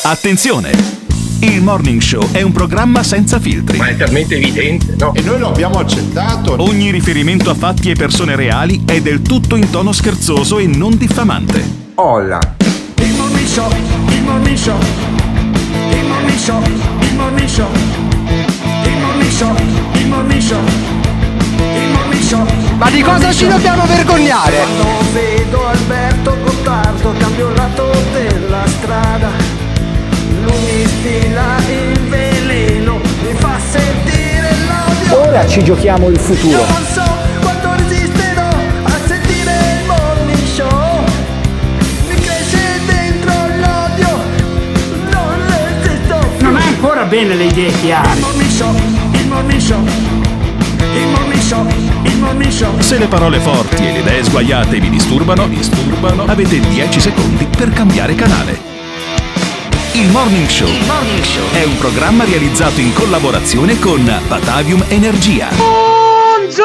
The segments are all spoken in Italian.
Attenzione! Il Morning Show è un programma senza filtri. Ma è talmente evidente, no? E noi lo abbiamo accettato. Ogni riferimento a fatti e persone reali è del tutto in tono scherzoso e non diffamante. Olla. Il Morning Show, il Morning Show, il Morning Show, il Morning Show, il Morning Show, il Morning Show, il Morning Show. Ma di cosa ci dobbiamo vergognare? Quando vedo Alberto Gottardo cambio il lato della strada. Lui mi stila il veleno, mi fa sentire l'odio. Ora ci giochiamo il futuro. Io non so quanto resisterò a sentire il Morning Show. Mi cresce dentro l'odio, non resisto più. Non hai ancora bene le idee chiare. Il Morning Show, il Morning Show, il Morning Show, il Morning Show. Se le parole forti e le idee sguaiate vi disturbano, avete 10 secondi per cambiare canale. Il Morning Show è un programma realizzato in collaborazione con Batavium Energia. Buongiorno!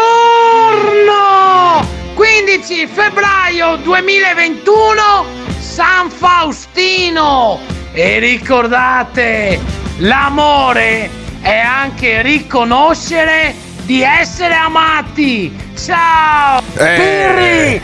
15 febbraio 2021, San Faustino! E ricordate, l'amore è anche riconoscere di essere amati! Ciao! Pirri!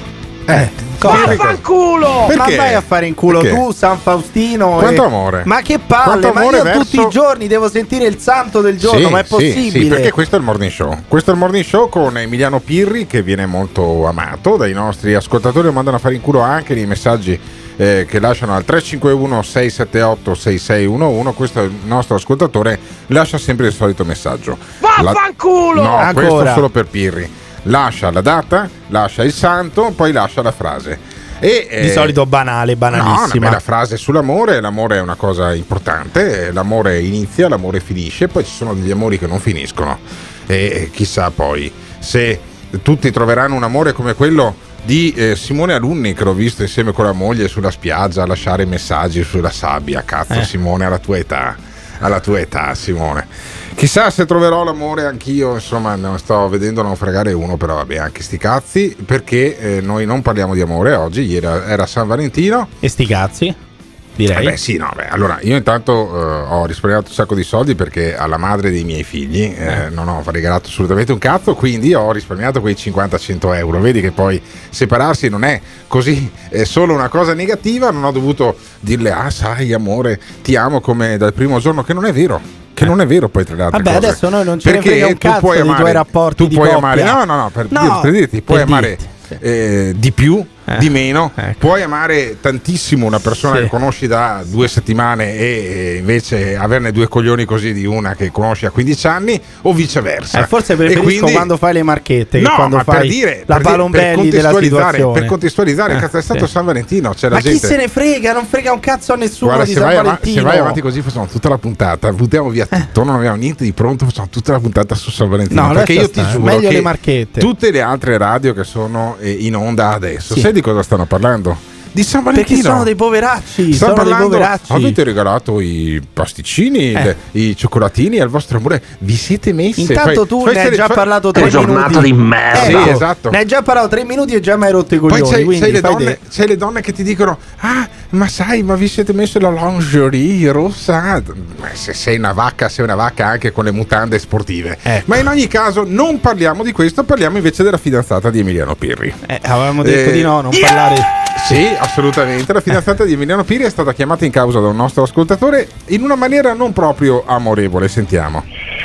Vaffanculo! Perché? Ma vai a fare in culo. Perché? Tu, San Faustino. Quanto amore? Ma che palle! Quanto Ma amore io verso- tutti i giorni devo sentire il santo del giorno. Ma è possibile? Sì, perché questo è il Morning Show. Questo è il Morning Show con Emiliano Pirri, che viene molto amato dai nostri ascoltatori. Lo mandano a fare in culo anche nei messaggi che lasciano al 351 678 6611. Questo è il nostro ascoltatore, lascia sempre il solito messaggio. Vaffanculo! No, Ancora. questo è solo per Pirri. Lascia la data, lascia il santo, poi lascia la frase. E, Di solito banale, no, banalissima. una bella frase sull'amore. L'amore è una cosa importante. L'amore inizia, l'amore finisce, poi ci sono degli amori che non finiscono. E chissà poi se tutti troveranno un amore come quello di Simone Alunni, che l'ho visto insieme con la moglie sulla spiaggia a lasciare messaggi sulla sabbia. Cazzo, Simone, alla tua età, Simone. Chissà se troverò l'amore anch'io. Insomma, ne sto vedendo naufragare uno, però vabbè, anche sti cazzi, perché noi non parliamo di amore oggi. Ieri era San Valentino. E sti cazzi, direi. Beh sì, no, beh, allora io intanto ho risparmiato un sacco di soldi perché alla madre dei miei figli non ho regalato assolutamente un cazzo, quindi ho risparmiato quei 50-100 euro. Vedi che poi separarsi non è così solo una cosa negativa. Non ho dovuto dirle sai amore, ti amo come dal primo giorno, che non è vero. Che non è vero, poi tra le altre Vabbè, cose. adesso noi non ce ne perché frega un cazzo puoi dei amare, tuoi rapporti tu di puoi coppia. amare, per dirti, puoi per amare dirti, sì. di più, di meno, ecco. puoi amare tantissimo una persona Sì. che conosci da 2 settimane e invece averne 2 coglioni così di una che conosci a 15 anni, o viceversa. Forse preferisco E quindi- quando fai le marchette che No, quando ma fai per dire, la per Palombelli della situazione. Per contestualizzare, cazzo, è stato sì. San Valentino, c'è la Ma gente. chi se ne frega? Non frega un cazzo a nessuno. Guarda, di se San vai, Valentino. se vai avanti così facciamo tutta la puntata, buttiamo via tutto, non abbiamo niente di pronto, facciamo tutta la puntata su San Valentino. No, perché lascia io ti stare, giuro meglio che le marchette. tutte le altre radio che sono in onda adesso, Sì. sai di cosa stanno parlando? Di San Perché Valentino. sono dei poveracci. Stanno Sono dei parlando, poveracci. avete regalato i pasticcini, i cioccolatini al vostro amore, vi siete messi. Intanto tu ne hai già parlato 3 minuti. giornata di merda. Sì, esatto. Ne hai già parlato 3 minuti e già mi hai rotto i Poi coglioni. c'hai quindi le fai donne, te. c'hai le donne che ti dicono ma sai, ma vi siete messo la lingerie rossa? Se sei una vacca anche con le mutande sportive. Ma in ogni caso non parliamo di questo, parliamo invece della fidanzata di Emiliano Pirri. Avevamo detto di no, non parlare. Sì, assolutamente. La fidanzata di Emiliano Pirri è stata chiamata in causa da un nostro ascoltatore in una maniera non proprio amorevole. Sentiamo.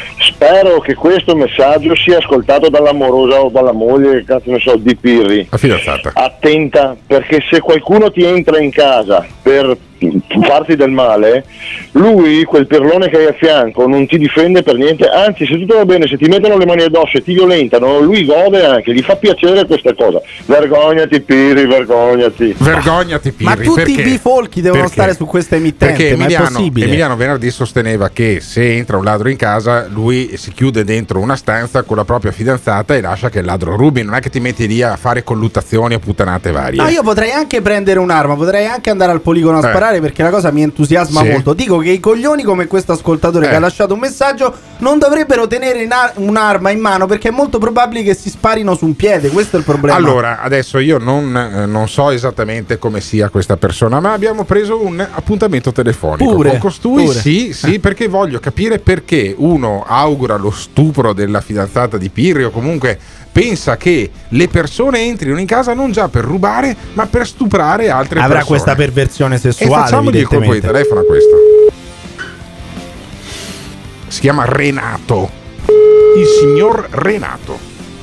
Spero che questo messaggio sia ascoltato dall'amorosa o dalla moglie, cazzo ne so, di Pirri. La fidanzata. Attenta, perché se qualcuno ti entra in casa per farti del male, lui, quel pirlone che hai a fianco, non ti difende per niente, anzi se tutto va bene, se ti mettono le mani addosso e ti violentano, lui gode anche, gli fa piacere questa cosa. Vergognati Pirri, vergognati. Vergognati Pirri. Ma tutti perché? i bifolchi devono Perché? stare su questa emittente. Perché ma è possibile? Emiliano venerdì sosteneva che se entra un ladro in casa, lui si chiude dentro una stanza con la propria fidanzata e lascia che il ladro rubi. Non è che ti metti lì a fare colluttazioni o puttanate varie. No, io potrei anche prendere un'arma, potrei anche andare al poligono a sparare separare perché la cosa mi entusiasma molto. Dico che i coglioni come questo ascoltatore che ha lasciato un messaggio non dovrebbero tenere un'arma in mano perché è molto probabile che si sparino su un piede. Questo è il problema. Allora, adesso io non so esattamente come sia questa persona, ma abbiamo preso un appuntamento telefonico con costui. Sì, perché voglio capire perché uno augura lo stupro della fidanzata di Pirri o comunque pensa che le persone entrino in casa non già per rubare ma per stuprare altre persone. Avrà questa perversione sessuale. E facciamogli il colpo di telefono a questo. Si chiama Renato, il signor Renato.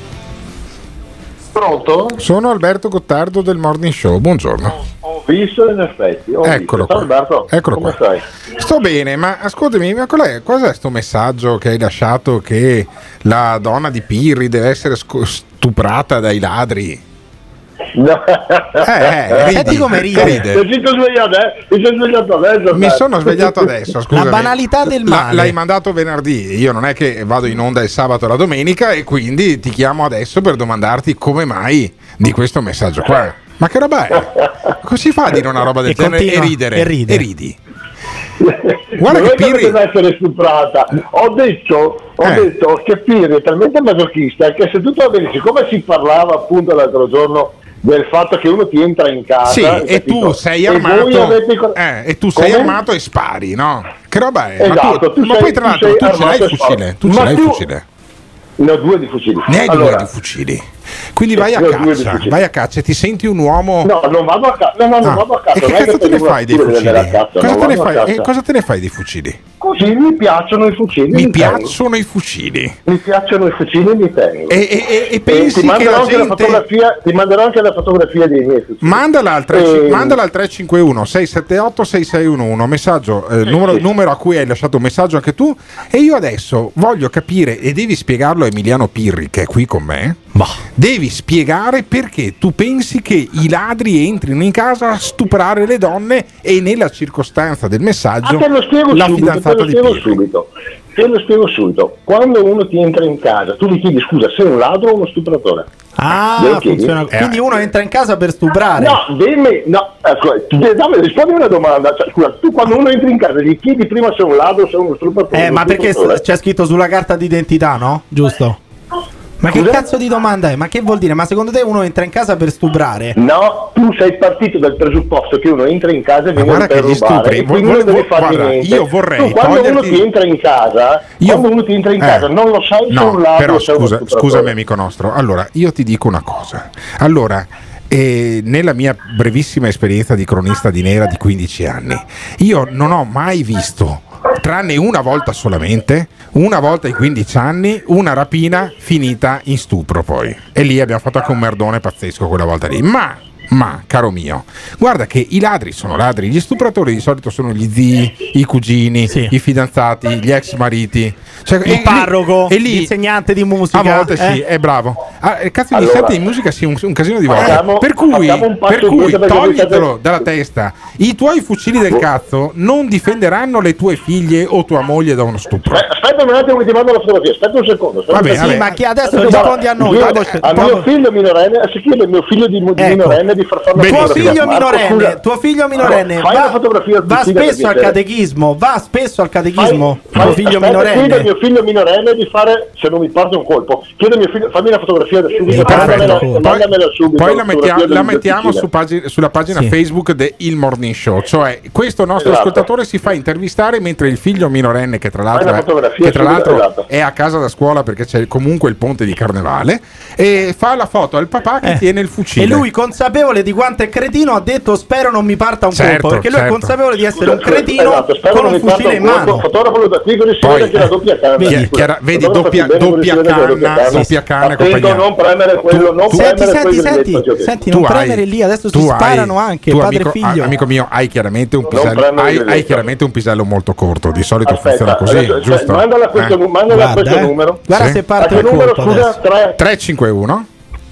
Pronto? Sono Alberto Gottardo del Morning Show, buongiorno. Ho visto in effetti. Eccolo qua. Alberto, Eccolo come qua. stai? Sto bene, ma ascoltami, ma cos'è sto messaggio che hai lasciato che la donna di Pirri deve essere stuprata dai ladri? No. Senti come ride. Mi sono svegliato adesso. Mi sono svegliato adesso, scusami. La banalità del male. L'hai mandato venerdì, io non è che vado in onda il sabato e la domenica e quindi ti chiamo adesso per domandarti come mai di questo messaggio qua. Ma che roba è? Come si fa a dire una roba del genere e ridere? E ridi. Guarda che Pirri deve essere stuprata. Ho detto che Pirri è talmente masochista che se tutto va bene, siccome si parlava appunto l'altro giorno del fatto che uno ti entra in casa e tu sei armato e tu sei armato e spari, no? Che roba è? Esatto, ma poi tra l'altro tu ce l'hai il fucile, tu ce l'hai il fucile. Ne ho 2 di fucili. Ne hai 2 di fucili. Quindi vai a caccia e ti senti un uomo. No, non vado a caccia. Non vado a caccia. E che cazzo te ne fai dei fucili? Cosa te ne fai dei fucili? Così mi piacciono i fucili. Mi piacciono i fucili e li tengo. E pensi che la gente... Ti manderò anche la fotografia dei miei fucili. Mandala al 351 678 6611 messaggio, numero a cui hai lasciato un messaggio anche tu. E io adesso voglio capire, e devi spiegarlo a Emiliano Pirri che è qui con me. Devi spiegare perché tu pensi che i ladri entrino in casa a stuprare le donne e nella circostanza del messaggio la fidanzata di Pirri. Te lo spiego subito. Quando uno ti entra in casa, tu gli chiedi scusa, sei un ladro o uno stupratore? Funziona. Quindi uno entra in casa per stuprare. Rispondi una domanda. Cioè, scusa, tu quando uno entra in casa gli chiedi prima se è un ladro o se è uno stupratore. Ma perché c'è scritto sulla carta d'identità, no? Giusto? Ma che cazzo di domanda è? Ma che vuol dire? Ma secondo te uno entra in casa per stuprare? No, tu sei partito dal presupposto che uno entra in casa e viene per rubare. Io vorrei quando uno ti entra in casa, non lo sai se è un ladro o se è uno stupratore. Scusami amico nostro. Allora, io ti dico una cosa. Allora, nella mia brevissima esperienza di cronista di Nera di 15 anni, io non ho mai visto, tranne una volta solamente, una volta in 15 anni, una rapina finita in stupro poi. E lì abbiamo fatto anche un merdone pazzesco quella volta lì. Ma, caro mio, guarda che i ladri sono ladri, gli stupratori di solito sono gli zii, i cugini, i fidanzati, gli ex mariti. Cioè, il parroco, l'insegnante di musica. A volte sì, è bravo. Cazzo, l'insegnante di musica sì, un casino di volte. Per cui toglitelo dalla testa. I tuoi fucili del cazzo non difenderanno le tue figlie o tua moglie da uno stupro. Aspetta un attimo che ti mando la fotografia, aspetta un secondo. Vabbè. Ma che adesso rispondi a noi. A mio figlio minorenne, si chiede mio figlio di minorenne di far fare una fotografia. Tuo figlio minorenne va spesso al catechismo. Tuo figlio minorenne. Chiede mio figlio minorenne di fare, se non mi parte un colpo, chiede mio figlio, fammi una fotografia da subito. Mandamela subito. Poi la mettiamo sulla pagina Facebook de Il Morning Show. Cioè, questo nostro ascoltatore si fa intervistare mentre il figlio minorenne, che tra l'altro è a casa da scuola perché c'è comunque il ponte di Carnevale, e fa la foto al papà che tiene il fucile. E lui, consapevole di quanto è cretino, ha detto spero non mi parta un colpo, perché lui è consapevole di essere un cretino con un fucile in mano. Vedi doppia canna, attento, non premere quello, senti, non premere lì, adesso si sparano anche padre e figlio. Amico mio, hai chiaramente un pisello molto corto, di solito funziona così, giusto? Mandala a questo numero. Guarda se parte il colpo. Scusa, 351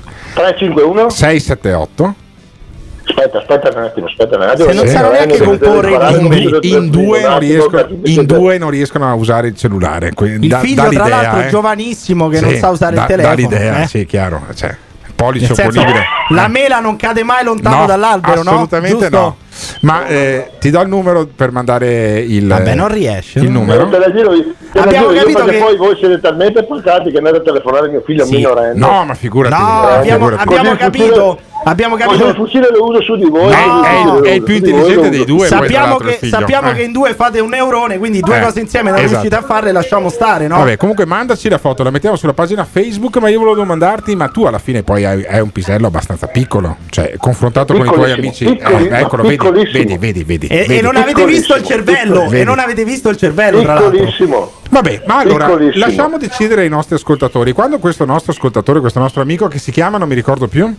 678. Aspetta un attimo. Se non sanno neanche comporre i numeri. In due non riescono a usare il cellulare. Il figlio, tra l'altro, giovanissimo che non sa usare il telefono. Dà l'idea, sì, chiaro. Cioè, pollice opponibile. La mela non cade mai lontano dall'albero, no? Assolutamente no. Ma ti do il numero per mandare il. Vabbè, non riesce. Il numero. Abbiamo capito che poi voi siete talmente pancati che andate a telefonare a mio figlio minorenne. No, ma figurati. No, abbiamo capito. Il fucile lo uso su di voi. È il più intelligente dei due. Sappiamo che in due fate un neurone, quindi due cose insieme non riuscite a farle, lasciamo stare, no? Vabbè, comunque mandaci la foto, la mettiamo sulla pagina Facebook, ma io volevo domandarti, ma tu alla fine poi hai un pisello abbastanza piccolo, cioè confrontato con i tuoi amici. Eccolo, vedi. E non avete visto il cervello, tra l'altro. Piccolissimo. Vabbè, ma allora lasciamo decidere ai nostri ascoltatori. Quando questo nostro ascoltatore, questo nostro amico che si chiama, non mi ricordo più.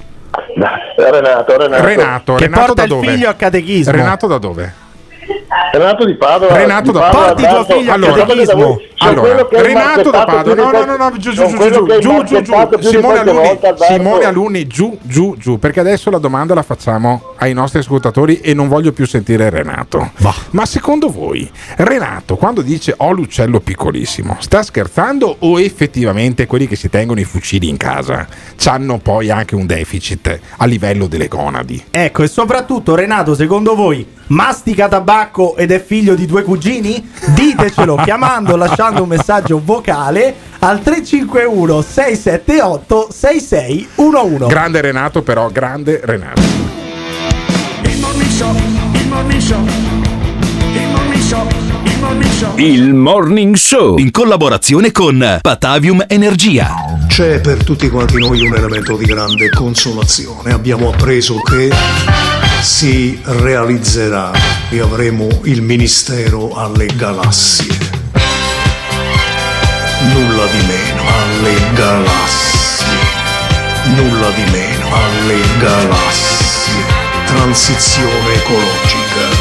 Renato che porta da il dove? Figlio a catechismo. Renato da dove? Renato di Padova. Porti tuo figlio a catechismo. Allora, Renato da Padova. No, giù. Simone Alunni, giù, perché adesso la domanda la facciamo ai nostri ascoltatori e non voglio più sentire Renato. Ma secondo voi, Renato, quando dice ho l'uccello piccolissimo, sta scherzando o effettivamente quelli che si tengono i fucili in casa c'hanno poi anche un deficit a livello delle gonadi? Ecco, e soprattutto, Renato, secondo voi mastica tabacco ed è figlio di due cugini? Ditecelo chiamando, lasciando un messaggio vocale al 351 678 6611. Grande Renato, però, grande Renato. Il Morning Show in collaborazione con Patavium Energia. C'è per tutti quanti noi un elemento di grande consolazione. Abbiamo appreso che si realizzerà e avremo il ministero alle galassie. Nulla di meno alle galassie. Nulla di meno alle galassie. Transizione ecologica.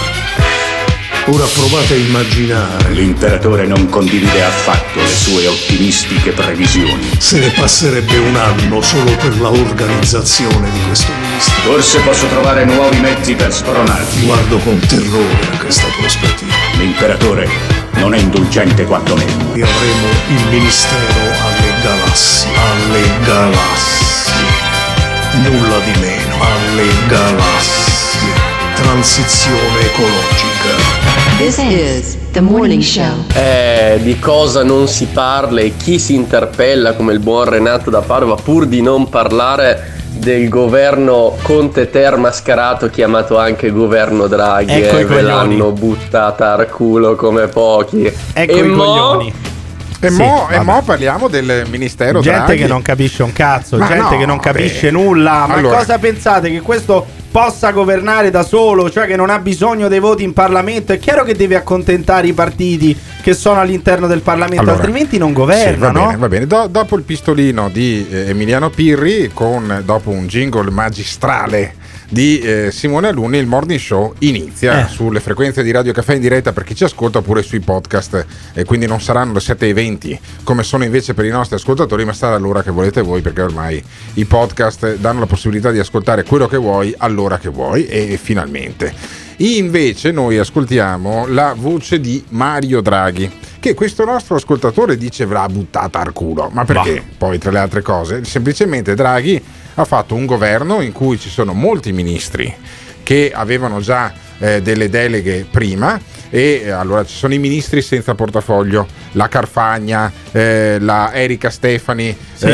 Ora provate a immaginare. L'imperatore non condivide affatto le sue ottimistiche previsioni. Se ne passerebbe un anno solo per la organizzazione di questo ministero. Forse posso trovare nuovi mezzi per spronarti. Guardo con terrore a questa prospettiva. L'imperatore non è indulgente quantomeno. E avremo il ministero alle galassie. Alle galassie. Nulla di meno. Alle galassie. Transizione ecologica. This is the morning show. Di cosa non si parla e chi si interpella come il buon Renato da Padova pur di non parlare del governo Conte Ter mascherato chiamato anche governo Draghi. Ve l'hanno buttata al culo come pochi. Ecco i coglioni. E mo parliamo del ministero gente Draghi. Che non capisce un cazzo, che non capisce nulla. Ma allora, cosa pensate che questo possa governare da solo, cioè che non ha bisogno dei voti in Parlamento? È chiaro che deve accontentare i partiti che sono all'interno del Parlamento, altrimenti non governa, no? Va bene. Dopo il pistolino di Emiliano Pirri, dopo un jingle magistrale di Simone Alunni, il Morning Show inizia sulle frequenze di Radio Caffè in diretta per chi ci ascolta, oppure sui podcast, e quindi non saranno le 7:20 come sono invece per i nostri ascoltatori, ma sarà l'ora che volete voi, perché ormai i podcast danno la possibilità di ascoltare quello che vuoi all'ora che vuoi. E finalmente invece noi ascoltiamo la voce di Mario Draghi, che questo nostro ascoltatore dice avrà buttata al culo. Ma perché? Poi, tra le altre cose, semplicemente Draghi ha fatto un governo in cui ci sono molti ministri che avevano già delle deleghe prima, e allora ci sono i ministri senza portafoglio, la Carfagna, la Erika Stefani,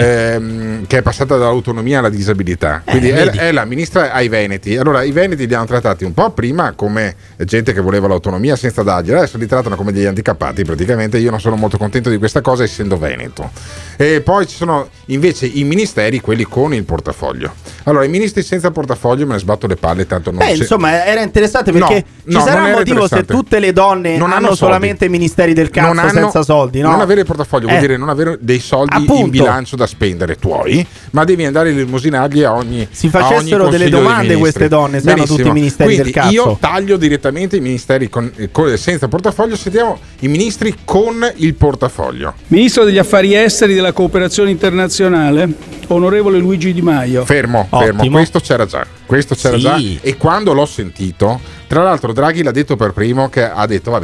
che è passata dall'autonomia alla disabilità, quindi è la ministra ai Veneti. Allora i Veneti li hanno trattati un po' prima come gente che voleva l'autonomia senza dargliela, adesso li trattano come degli handicappati praticamente. Io non sono molto contento di questa cosa, essendo veneto. E poi ci sono invece i ministeri, quelli con il portafoglio. Allora i ministri senza portafoglio me ne sbatto le palle, tanto non insomma era interessante, perché ci sarà un motivo se tutte le donne non hanno solamente ministeri del cazzo senza soldi, no? Non avere il portafoglio vuol dire non avere dei soldi in bilancio da spendere tuoi, ma devi andare a limosinaggli a ogni. Si facessero delle domande queste donne, se hanno tutti i ministeri del cazzo. Io taglio direttamente i ministeri senza portafoglio. Sentiamo i ministri con il portafoglio. Ministro degli Affari Esteri, della Cooperazione Internazionale, onorevole Luigi Di Maio. Fermo, questo c'era già. già, e quando l'ho sentito, tra l'altro Draghi l'ha detto per primo, che ha detto vabbè,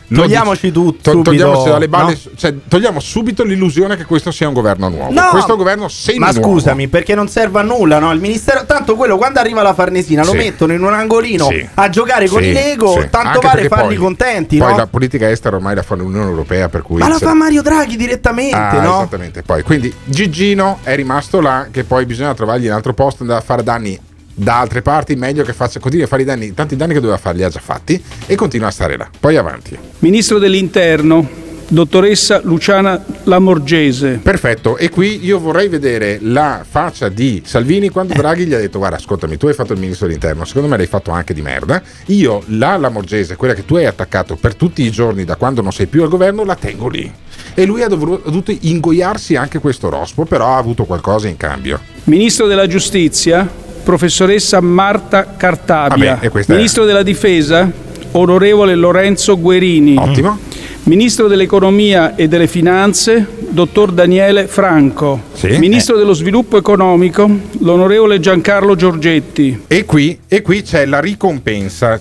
Togliamoci tutto. Togliamoci dalle balle, no? cioè, togliamo subito l'illusione che questo sia un governo nuovo. No, questo è un governo semi-nuovo. Ma scusami, perché non serve a nulla, no? Il ministero, tanto quello quando arriva la Farnesina lo mettono in un angolino a giocare con i Lego, tanto Anche vale perché farli poi, contenti, poi no? la politica estera ormai la fa l'Unione Europea, per cui Ma la fa Mario Draghi direttamente, no? Esattamente. Poi quindi Gigino è rimasto là, che poi bisogna trovargli un altro posto, andare a fare danni da altre parti, meglio che continui a fare i danni, tanti danni che doveva fare li ha già fatti, e continua a stare là. Poi avanti. Ministro dell'Interno, dottoressa Luciana Lamorgese. Perfetto, e qui io vorrei vedere la faccia di Salvini quando Draghi gli ha detto: guarda, ascoltami, tu hai fatto il ministro dell'Interno, secondo me l'hai fatto anche di merda, io la Lamorgese, quella che tu hai attaccato per tutti i giorni da quando non sei più al governo, la tengo lì. E lui ha dovuto ingoiarsi anche questo rospo, però ha avuto qualcosa in cambio. Ministro della Giustizia, professoressa Marta Cartabia. Ministro della Difesa, onorevole Lorenzo Guerini. Ottimo. Ministro dell'Economia e delle Finanze, dottor Daniele Franco. Ministro dello Sviluppo Economico, l'onorevole Giancarlo Giorgetti. E qui c'è la ricompensa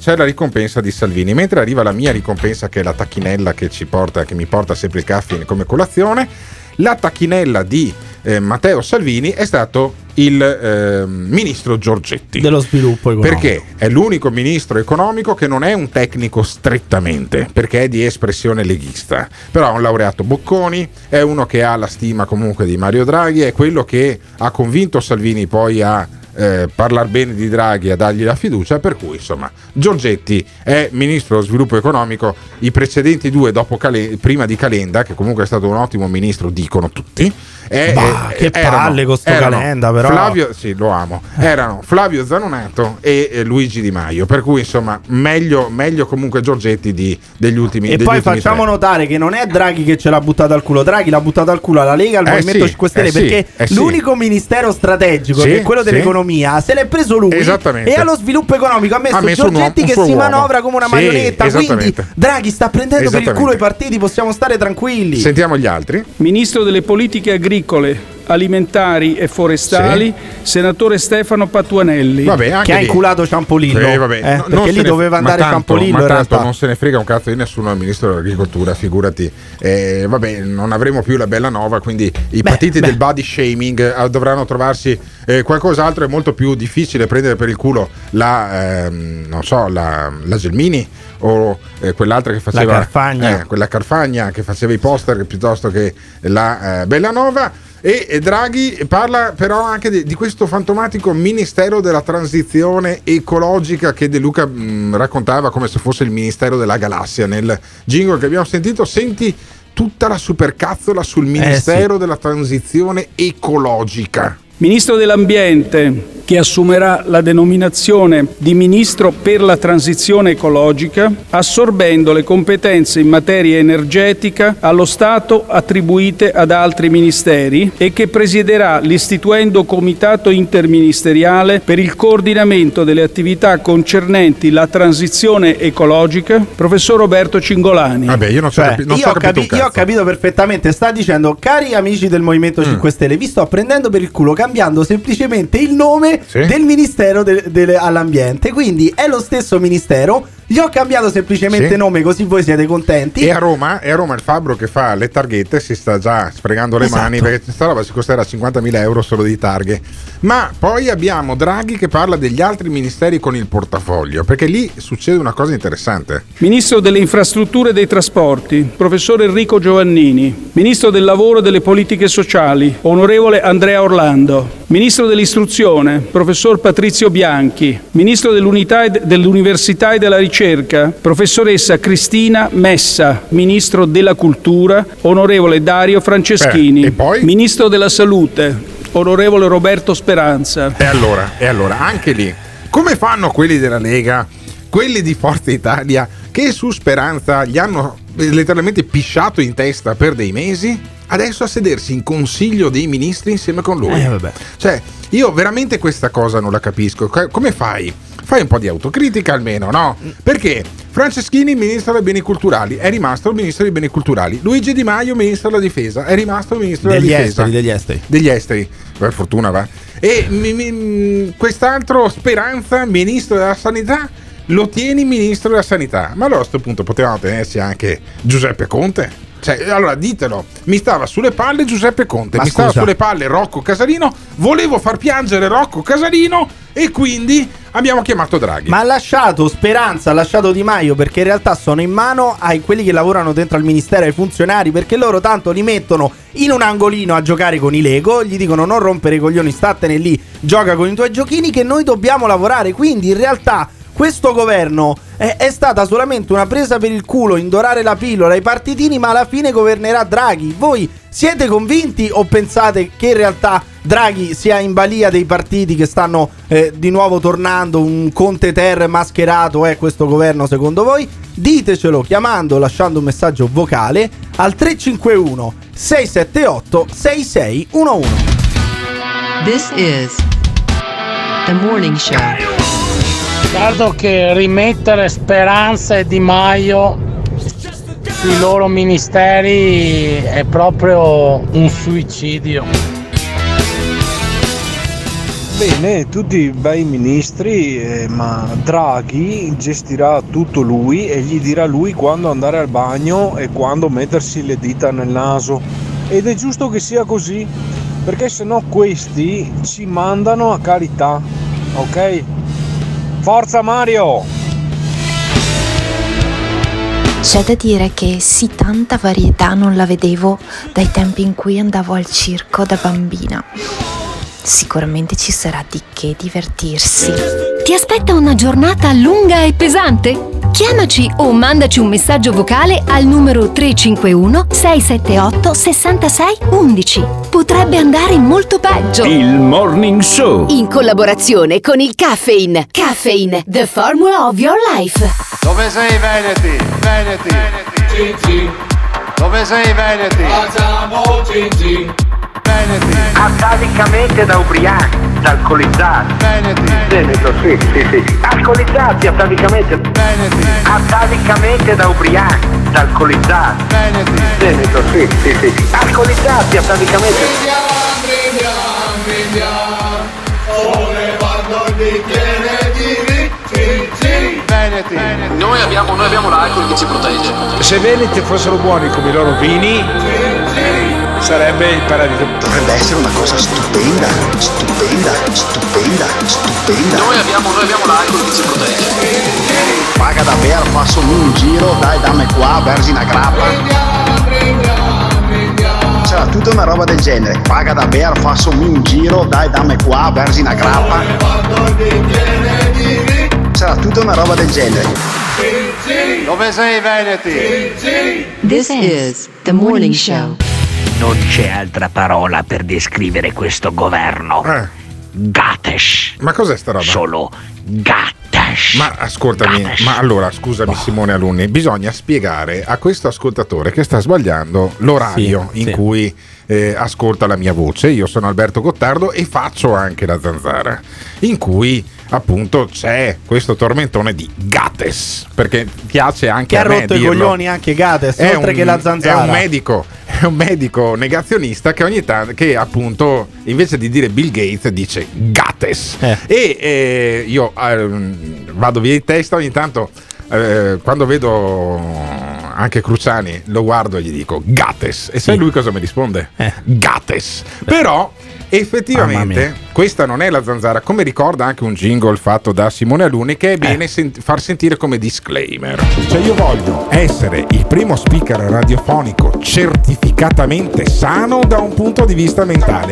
di Salvini, mentre arriva la mia ricompensa, che è la tacchinella che mi porta sempre il caffè come colazione. La tacchinella di Matteo Salvini è stato il ministro Giorgetti dello sviluppo economico, perché è l'unico ministro economico che non è un tecnico strettamente, perché è di espressione leghista, però è un laureato Bocconi, è uno che ha la stima comunque di Mario Draghi, è quello che ha convinto Salvini poi a parlare bene di Draghi, a dargli la fiducia, per cui insomma Giorgetti è ministro dello sviluppo economico. I precedenti due prima di Calenda, che comunque è stato un ottimo ministro, dicono tutti, che palle con sto Calenda, però Flavio, sì, lo amo, erano Flavio Zanonato e Luigi Di Maio, per cui insomma meglio comunque Giorgetti degli ultimi. E poi facciamo notare che non è Draghi che ce l'ha buttata al culo, Draghi l'ha buttata al culo alla Lega, al Movimento 5 Stelle, perché l'unico ministero strategico, che è quello dell'economia, se l'è preso lui, e allo sviluppo economico ha messo Giorgetti che si manovra come una marionetta, quindi Draghi sta prendendo per il culo i partiti, possiamo stare tranquilli. Sentiamo gli altri. Ministro delle politiche agricole, alimentari e forestali, senatore Stefano Patuanelli. Che ha inculato Ciampolillo, perché lì doveva andare Ciampolillo, ma in tanto realtà non se ne frega un cazzo di nessuno al ministro dell'agricoltura, figurati. Non avremo più la bella nova, quindi i partiti del body shaming dovranno trovarsi qualcos'altro. È molto più difficile prendere per il culo la Gelmini o quell'altra che faceva quella Carfagna che faceva i poster, piuttosto che la Bellanova. E Draghi parla però anche di questo fantomatico Ministero della Transizione Ecologica che De Luca raccontava come se fosse il Ministero della Galassia nel jingle che abbiamo sentito. Senti tutta la supercazzola sul Ministero della Transizione Ecologica. Ministro dell'Ambiente, che assumerà la denominazione di Ministro per la Transizione Ecologica, assorbendo le competenze in materia energetica allo Stato attribuite ad altri ministeri, e che presiederà l'istituendo Comitato Interministeriale per il coordinamento delle attività concernenti la transizione ecologica, professor Roberto Cingolani. Vabbè, io non so, io ho capito perfettamente, sta dicendo: cari amici del Movimento 5 Stelle, vi sto prendendo per il culo cambiando semplicemente il nome del Ministero all'ambiente, quindi è lo stesso ministero, gli ho cambiato semplicemente nome, così voi siete contenti. E a Roma il fabbro che fa le targhette si sta già sfregando le mani, perché questa roba si costerà 50.000 euro solo di targhe. Ma poi abbiamo Draghi che parla degli altri ministeri con il portafoglio, perché lì succede una cosa interessante. Ministro delle infrastrutture e dei trasporti, professor Enrico Giovannini. Ministro del lavoro e delle politiche sociali, onorevole Andrea Orlando. Ministro dell'istruzione, professor Patrizio Bianchi. Ministro dell'università e della ricerca, professoressa Cristina Messa. Ministro della cultura, onorevole Dario Franceschini. E poi? Ministro della salute, onorevole Roberto Speranza. E allora, anche lì, come fanno quelli della Lega, quelli di Forza Italia, che su Speranza gli hanno letteralmente pisciato in testa per dei mesi, adesso a sedersi in consiglio dei ministri insieme con lui? Cioè, io veramente questa cosa non la capisco. Come fai? Fai un po' di autocritica almeno, no? Perché Franceschini, ministro dei beni culturali, è rimasto il ministro dei beni culturali. Luigi Di Maio, ministro della difesa, è rimasto il ministro della difesa. Degli esteri. Per fortuna va. E quest'altro Speranza, ministro della sanità, lo tieni ministro della sanità. Ma allora a questo punto potevano tenersi anche Giuseppe Conte. Cioè, allora ditelo, mi stava sulle palle Giuseppe Conte, ma mi scusa, stava sulle palle Rocco Casalino, volevo far piangere Rocco Casalino e quindi abbiamo chiamato Draghi. Ma ha lasciato Speranza, ha lasciato Di Maio, perché in realtà sono in mano ai quelli che lavorano dentro al ministero, ai funzionari, perché loro tanto li mettono in un angolino a giocare con i Lego, gli dicono non rompere i coglioni, statene lì, gioca con i tuoi giochini che noi dobbiamo lavorare. Quindi in realtà questo governo è stata solamente una presa per il culo, indorare la pillola ai partitini, ma alla fine governerà Draghi. Voi siete convinti o pensate che in realtà Draghi sia in balia dei partiti che stanno di nuovo tornando, un Conte Ter mascherato è questo governo secondo voi? Ditecelo chiamando, lasciando un messaggio vocale al 351 678 6611. This is The Morning Show. Guardo che rimettere Speranza e Di Maio sui loro ministeri è proprio un suicidio. Bene, tutti bei ministri, ma Draghi gestirà tutto lui e gli dirà lui quando andare al bagno e quando mettersi le dita nel naso. Ed è giusto che sia così, perché sennò questi ci mandano a carità, ok? Forza Mario! C'è da dire che sì, tanta varietà non la vedevo dai tempi in cui andavo al circo da bambina. Sicuramente ci sarà di che divertirsi. Ti aspetta una giornata lunga e pesante? Chiamaci o mandaci un messaggio vocale al numero 351 678 66 11. Potrebbe andare molto peggio. Il Morning Show. In collaborazione con il Caffeine. Caffeine, the formula of your life. Dove sei Veneti? Veneti. Gigi. Dove sei Veneti? Facciamo Gigi. Veneti. Atavicamente da ubriachi, da alcolizzati. Veneti. Veneto, sì. Alcolizzati atavicamente. Veneti. Atavicamente da ubriachi, da alcolizzati. Veneti. Veneto, sì. Alcolizzati atavicamente. Vediamo. Sollevando il bicchiere di Gigi. Veneti. Noi abbiamo l'alcol che ci protegge. Se i Veneti fossero buoni come i loro vini, sarebbe il paradiso. Dovrebbe essere una cosa stupenda. Noi abbiamo l'alcol che ci protegge. Paga davvero, fassami un giro, dai dammi qua, vergine a grappa. C'era tutta una roba del genere. Paga davvero, fassami un giro, dai dammi qua, vergine a grappa. C'era tutta una roba del genere. Dove sei Veneti? This is The Morning Show. Non c'è altra parola per descrivere questo governo. Gatesh. Ma cos'è sta roba? Solo Gatesh. Ma ascoltami, ma allora scusami Simone Alunni, bisogna spiegare a questo ascoltatore che sta sbagliando l'orario in cui ascolta la mia voce. Io sono Alberto Gottardo e faccio anche la Zanzara, in cui appunto c'è questo tormentone di Gates, perché piace anche che a me ha rotto dirlo. i coglioni anche Gates, oltre che la Zanzara. È un medico negazionista che ogni tanto, che appunto invece di dire Bill Gates dice Gates. E io vado via di testa ogni tanto, quando vedo anche Cruciani lo guardo e gli dico Gates, e sai lui cosa mi risponde? Gates. Però effettivamente questa non è la Zanzara, come ricorda anche un jingle fatto da Simone Alunni, che è bene far sentire come disclaimer. Cioè io voglio essere il primo speaker radiofonico certificatamente sano da un punto di vista mentale.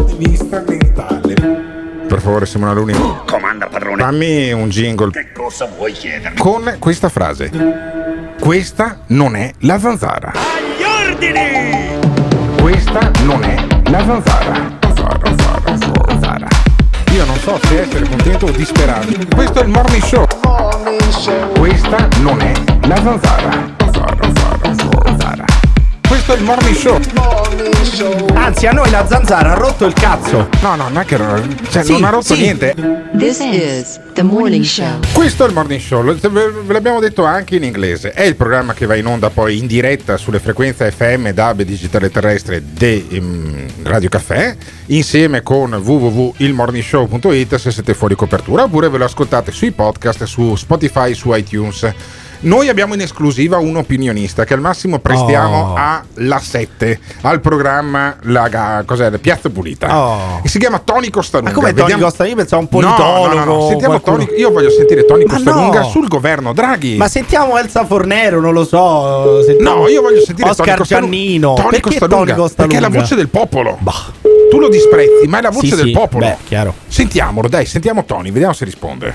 Per favore Simone Alunni, Comanda padrone. fammi un jingle Che cosa vuoi chiedere? con questa frase: questa non è la Zanzara. Agli ordini! Questa non è la Zanzara. Zanzara. Io non so se essere contento o disperato. Questo è il Morning Show. Questa non è la Zanzara. Zanzara. Questa questo è il Morning Show. Anzi, a noi la zanzara ha rotto il cazzo. No, non è che Sì, non ha rotto sì. niente. This is the morning show. Questo è il Morning Show, ve l'abbiamo detto anche in inglese. È il programma che va in onda poi in diretta sulle frequenze FM, DAB, digitale terrestre di Radio Caffè, insieme con www.ilmorningshow.it se siete fuori copertura, oppure ve lo ascoltate sui podcast, su Spotify, su iTunes. Noi abbiamo in esclusiva un opinionista che al massimo prestiamo alla 7 al programma la Piazza Pulita. E si chiama Tony Costalunga. Ma come Tony Costalunga? Io pensavo un politologo. No. Sentiamo qualcuno. Tony, io voglio sentire Tony Costalunga no. sul governo Draghi. Ma sentiamo Elsa Fornero, non lo so. No, io voglio sentire Oscar Giannino. Tony Costalunga, perché è la voce del popolo. Tu lo disprezzi, ma è la voce del popolo. Beh, chiaro. Sentiamolo, dai, sentiamo Tony, vediamo se risponde.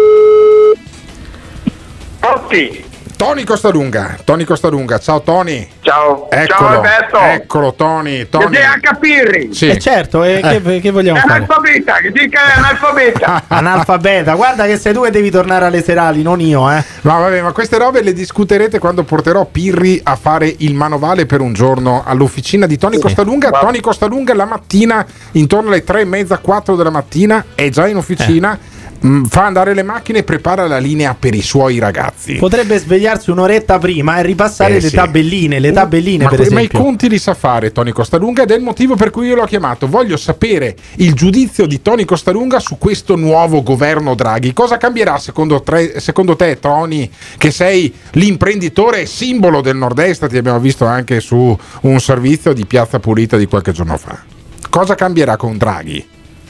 Tony Costalunga, ciao Tony. Ciao. Eccolo, Ciao Alberto. Eccolo Tony. Che sei a capirri. Sì. Certo, che vogliamo è fare? Analfabeta, che dica è analfabeta. Analfabeta, guarda che sei tu che devi tornare alle serali, non io, No, vabbè, ma queste robe le discuterete quando porterò Pirri a fare il manovale per un giorno all'ufficina di Tony Costalunga. Tony Costalunga la mattina, intorno alle 3:30, 4 della mattina, è già in officina. Fa andare le macchine e prepara la linea per i suoi ragazzi. Potrebbe svegliarsi un'oretta prima e ripassare le sì. tabelline ma per esempio. Ma i conti li sa fare Tony Costalunga ed è il motivo per cui io l'ho chiamato. Voglio sapere il giudizio di Tony Costalunga su questo nuovo governo Draghi. Cosa cambierà secondo te, Tony, che sei l'imprenditore simbolo del Nord-Est? Ti abbiamo visto anche su un servizio di Piazza Pulita di qualche giorno fa. Cosa cambierà con Draghi?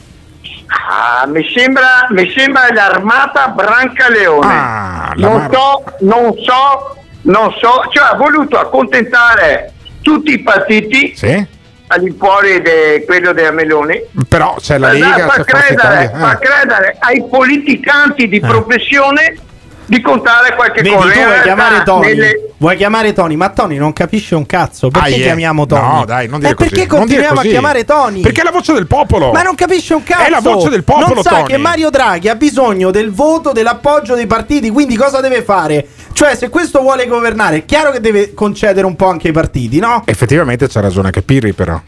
Mi sembra l'armata Brancaleone. Non so, cioè ha voluto accontentare tutti i partiti. Sì. All'infuori di quello della Meloni, però c'è la Lega, fa credere ai politicanti di professione di contare qualche Vedi, cosa. tu vuoi chiamare Tony, ma Tony non capisce un cazzo. Perché chiamiamo Tony? No, dai, non dire così. Perché continuiamo a chiamare Tony? Perché è la voce del popolo. Ma non capisce un cazzo. È la voce del popolo, non sa Tony. che Mario Draghi ha bisogno del voto, dell'appoggio dei partiti. Quindi cosa deve fare? Cioè, se questo vuole governare, è chiaro che deve concedere un po' anche ai partiti, no? Effettivamente c'ha ragione anche Pirri, però.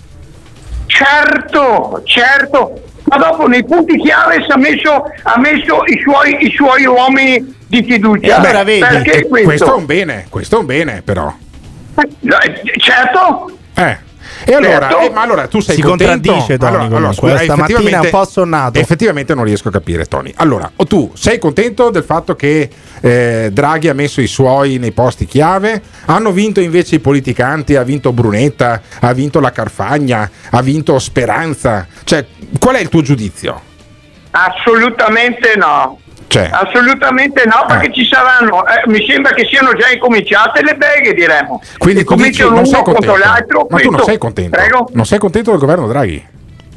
Certo. Ma dopo nei punti chiave ha messo i suoi uomini di fiducia. Allora vedi, perché questo è un bene, però. Certo. E allora, certo. Ma allora tu sei si contento? contraddice Tony, allora, scusa, stamattina è un po' sonnato. Effettivamente non riesco a capire, Tony. Allora, tu sei contento del fatto che Draghi ha messo i suoi nei posti chiave? Hanno vinto invece i politicanti, ha vinto Brunetta, ha vinto la Carfagna, ha vinto Speranza. Cioè, qual è il tuo giudizio? Assolutamente no. Assolutamente no, perché ci saranno, mi sembra che siano già incominciate le beghe, diremmo. Quindi tu dici, non sei contento. L'altro, Ma tu non sei contento? Prego? Non sei contento del governo Draghi?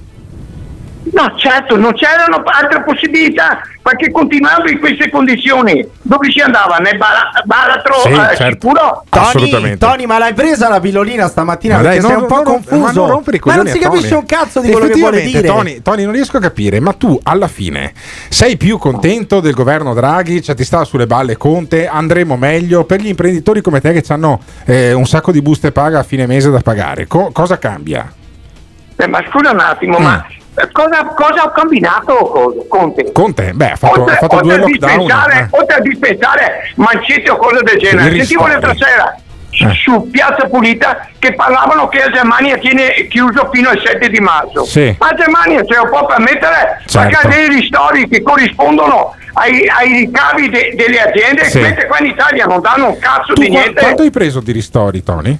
No, certo, non c'erano altre possibilità, perché continuando in queste condizioni, dove si andava? Nel baratro sicuro? Tony, ma l'hai presa la pillolina stamattina? Ma perché dai, sei un po' confuso. Ma non si capisce un cazzo di quello che vuole dire. Tony, non riesco a capire, ma tu alla fine sei più contento del governo Draghi? Cioè ti sta sulle balle Conte? Andremo meglio? Per gli imprenditori come te che hanno un sacco di buste paga a fine mese da pagare, cosa cambia? Ma scusa un attimo, ma cosa ha combinato Conte? Beh, ha fatto due lockdown. Oltre a dispensare mancette o cose del genere. Sentivo l'altra sera su Piazza Pulita che parlavano che la Germania tiene chiuso fino al 7 di marzo. Sì. Ma la Germania se lo può permettere perché ha dei ristori che corrispondono ai ricavi delle aziende, mentre qua in Italia non danno un cazzo di niente. Quanto hai preso di ristori, Tony?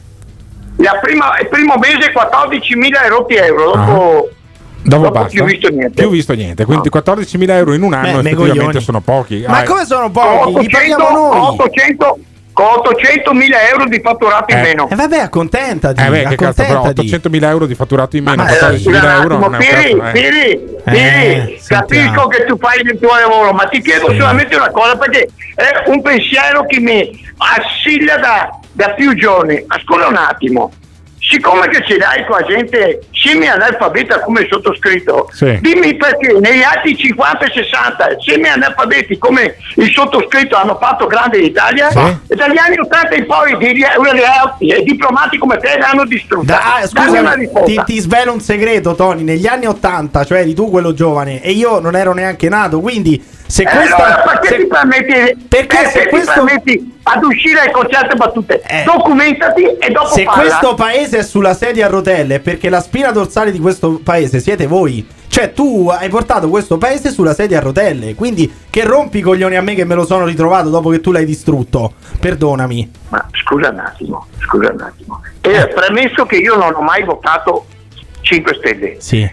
Il primo mese 14.000 euro, dopo basta. più visto niente. Quindi 14.000 euro in un anno effettivamente sono pochi. Ma come sono pochi? Li paghiamo noi. Con 800.000 euro di fatturato in meno. Vabbè, accontentati. Che cazzo, però 800.000 euro di fatturato in meno, 14.000 euro non è un cazzo. Piri, capisco che tu fai il tuo lavoro, ma ti chiedo solamente una cosa, perché è un pensiero che mi assilla da più giorni. Ascolta un attimo, siccome che ce l'hai con la gente semi-analfabeta come il sottoscritto, dimmi perché negli anni 50 e 60 semi-analfabeti come il sottoscritto hanno fatto grande l'Italia, e dagli anni 80 in poi diplomati come te l'hanno distrutta. Scusa, ti svelo un segreto, Tony. Negli anni 80, cioè eri tu quello giovane e io non ero neanche nato, quindi se questa perché ti permetti ad uscire ai concerti battute? Documentati e dopo se parla. Questo paese è sulla sedia a rotelle è perché la spina dorsale di questo paese siete voi. Cioè tu hai portato questo paese sulla sedia a rotelle, quindi che rompi i coglioni a me che me lo sono ritrovato dopo che tu l'hai distrutto. Perdonami. Ma scusa un attimo. Premesso che io non ho mai votato 5 Stelle. Sì.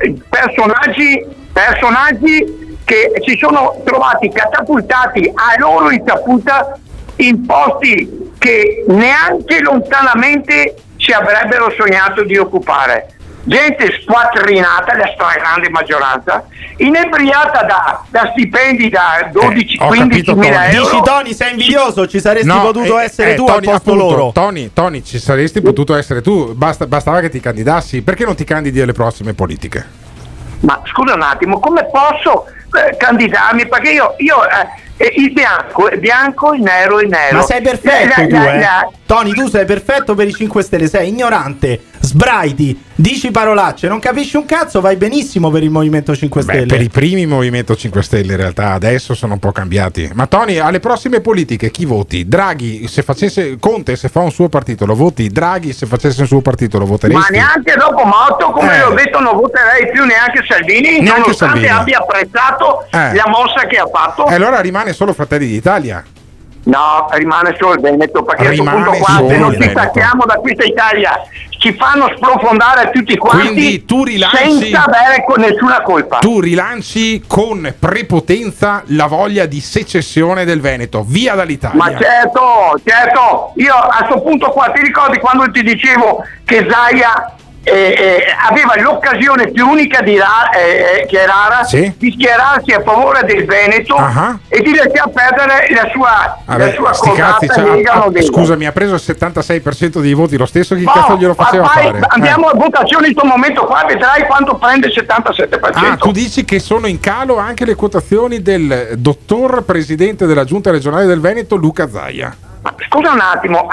Personaggi che si sono trovati catapultati a loro insaputa in posti che neanche lontanamente si avrebbero sognato di occupare. Gente squattrinata, la stragrande maggioranza, inebriata da stipendi da 12-15 mila euro. Dici, Tony, sei invidioso, ci saresti potuto essere tu al posto loro. Tony, ci saresti potuto essere tu, bastava che ti candidassi. Perché non ti candidi alle prossime politiche? Ma scusa un attimo, come posso candidarmi? Perché io il bianco è bianco, il nero è nero. Ma sei perfetto tu, Tony, tu sei perfetto per i 5 Stelle, sei ignorante, sbraiti, dici parolacce, non capisci un cazzo, vai benissimo per il Movimento 5 Stelle. Per i primi Movimento 5 Stelle in realtà adesso sono un po' cambiati. Ma Tony, alle prossime politiche chi voti? Draghi, se facesse Conte, se fa un suo partito lo voti? Draghi, se facesse un suo partito lo voteresti? Ma neanche dopo morto, come l'ho detto, non voterei più neanche Salvini, nonostante abbia apprezzato la mossa che ha fatto. E allora rimane solo Fratelli d'Italia. No, rimane solo il Veneto, perché a questo punto qua, se non ci stacchiamo da questa Italia, ci fanno sprofondare tutti quanti. Quindi tu rilanci, senza avere nessuna colpa. Tu rilanci con prepotenza la voglia di secessione del Veneto, via dall'Italia. Ma certo, io a questo punto qua, ti ricordi quando ti dicevo che Zaia aveva l'occasione più unica che è rara, di schierarsi a favore del Veneto e di lasciar perdere la sua colgata Lega. Scusami, ha preso il 76% dei voti, lo stesso che cazzo glielo faceva fare? Andiamo a votazione in questo momento qua, vedrai quanto prende il 77%. Tu dici che sono in calo anche le quotazioni del dottor presidente della giunta regionale del Veneto, Luca Zaia. Ma scusa un attimo,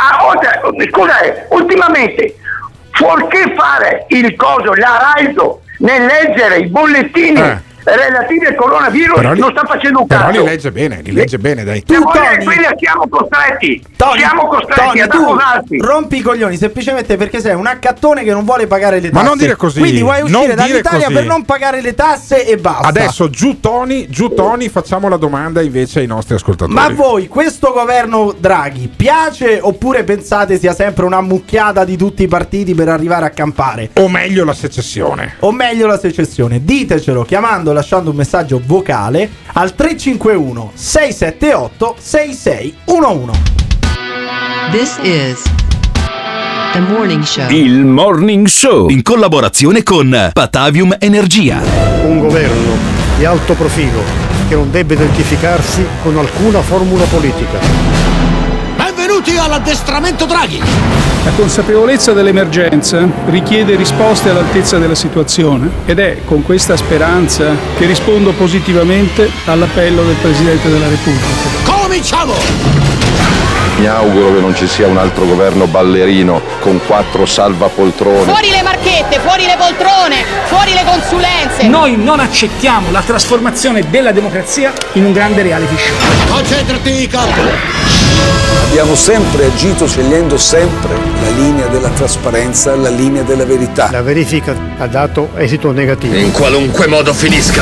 ultimamente, fuorché fare il coso, l'araldo nel leggere i bollettini relativi al coronavirus, non sta facendo un cazzo. Però li legge bene, dai. Tu, Tony, siamo costretti ad accusarti. Rompi i coglioni semplicemente perché sei un accattone che non vuole pagare le tasse. Ma non dire così. Quindi vuoi uscire dall'Italia per non pagare le tasse e basta. Adesso giù Tony, facciamo la domanda invece ai nostri ascoltatori. Ma a voi questo governo Draghi piace oppure pensate sia sempre una mucchiata di tutti i partiti per arrivare a campare? O meglio la secessione? Ditecelo chiamando, lasciando un messaggio vocale al 351 678 6611. This is The Morning Show. Il Morning Show in collaborazione con Patavium Energia. Un governo di alto profilo che non deve identificarsi con alcuna formula politica. Benvenuti all'addestramento Draghi. La consapevolezza dell'emergenza richiede risposte all'altezza della situazione ed è con questa speranza che rispondo positivamente all'appello del Presidente della Repubblica. Cominciamo! Mi auguro che non ci sia un altro governo ballerino con 4 salvapoltrone. Fuori le marchette, fuori le poltrone, fuori le consulenze. Noi non accettiamo la trasformazione della democrazia in un grande reality show. Concentrati, capo! Abbiamo sempre agito scegliendo sempre la linea della trasparenza, la linea della verità. La verifica ha dato esito negativo. In qualunque modo finisca,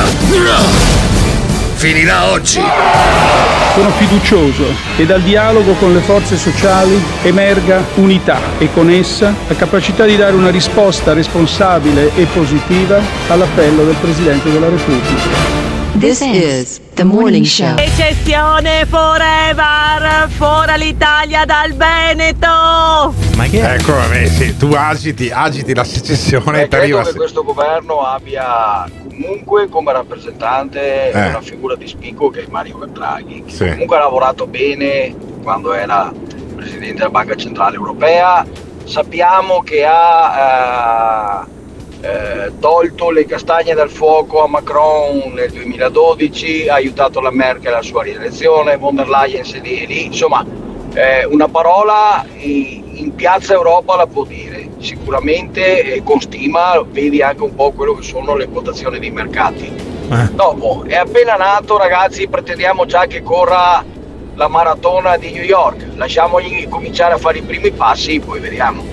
finirà oggi. Sono fiducioso che dal dialogo con le forze sociali emerga unità e con essa la capacità di dare una risposta responsabile e positiva all'appello del Presidente della Repubblica. This is The Morning Show. Secessione forever, fuori l'Italia dal Veneto. Ma che è? Ecco, sì, tu agiti la secessione e credo che questo governo abbia comunque come rappresentante una figura di spicco che è Mario Draghi, che comunque ha lavorato bene quando era Presidente della Banca Centrale Europea sappiamo che ha tolto le castagne dal fuoco a Macron nel 2012, ha aiutato la Merkel alla sua rielezione, von der Leyen sedie lì, insomma una parola in piazza Europa la può dire, sicuramente con stima, vedi anche un po' quello che sono le quotazioni dei mercati. Dopo, è appena nato, ragazzi, pretendiamo già che corra la maratona di New York, lasciamogli cominciare a fare i primi passi, poi vediamo.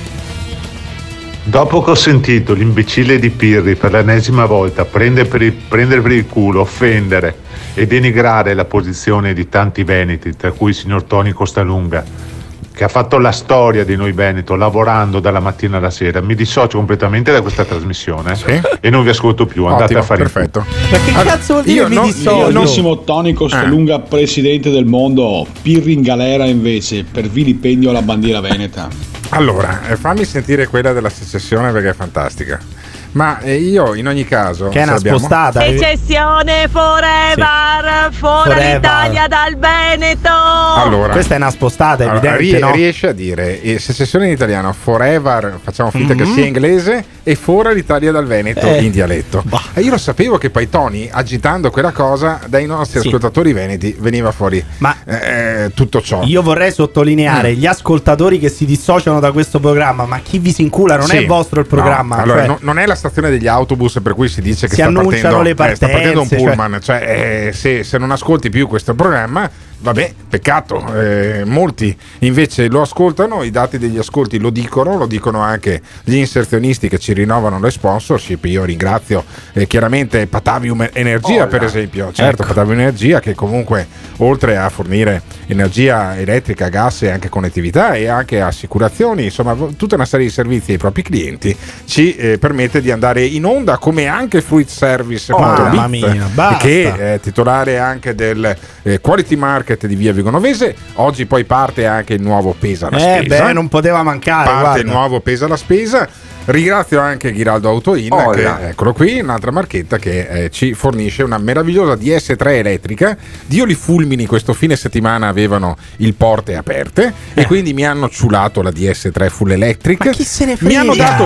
Dopo che ho sentito l'imbecille di Pirri per l'ennesima volta prendere per il culo, offendere e denigrare la posizione di tanti veneti, tra cui il signor Toni Costalunga, che ha fatto la storia di noi Veneto lavorando dalla mattina alla sera, mi dissocio completamente da questa trasmissione e non vi ascolto più. Andate a fare perfetto. Ma che cazzo vuol dire mi dissocio? Benissimo, Toni Costalunga, presidente del mondo, Pirri in galera invece per vilipendio alla bandiera veneta. Allora, fammi sentire quella della secessione perché è fantastica. Ma io in ogni caso che è una spostata. Secessione forever, fuori l'Italia dal Veneto. Allora, questa è una spostata evidente, no? Riesce a dire secessione in italiano, forever, facciamo finta che sia inglese, e fuori l'Italia dal Veneto in dialetto. E io lo sapevo che poi Tony, agitando quella cosa, dai nostri ascoltatori veneti veniva fuori tutto ciò. Io vorrei sottolineare gli ascoltatori che si dissociano da questo programma, ma chi vi si incula, non è vostro il programma. No. Allora, non è la stazione degli autobus per cui si dice che si annunciano le partenze, sta partendo un pullman, se non ascolti più questo programma, vabbè, peccato, molti invece lo ascoltano, i dati degli ascolti lo dicono anche gli inserzionisti che ci rinnovano le sponsorship. Io ringrazio chiaramente Patavium Energia, per esempio, Patavium Energia, che comunque oltre a fornire energia elettrica, gas e anche connettività e anche assicurazioni, insomma tutta una serie di servizi ai propri clienti, ci permette di andare in onda, come anche Fruit Service, mamma mia, basta. Che è titolare anche del Quality Market di Via Vigonovese. Oggi poi parte anche il nuovo Pesa la Spesa. Non poteva mancare. Parte il nuovo Pesa la Spesa. Ringrazio anche Ghiraldo Autoin, che eccolo qui, un'altra marchetta che ci fornisce una meravigliosa DS3 elettrica. Dio li fulmini, questo fine settimana avevano il porte aperte e quindi mi hanno ciulato la DS3 full electric. Ma chi se ne frega?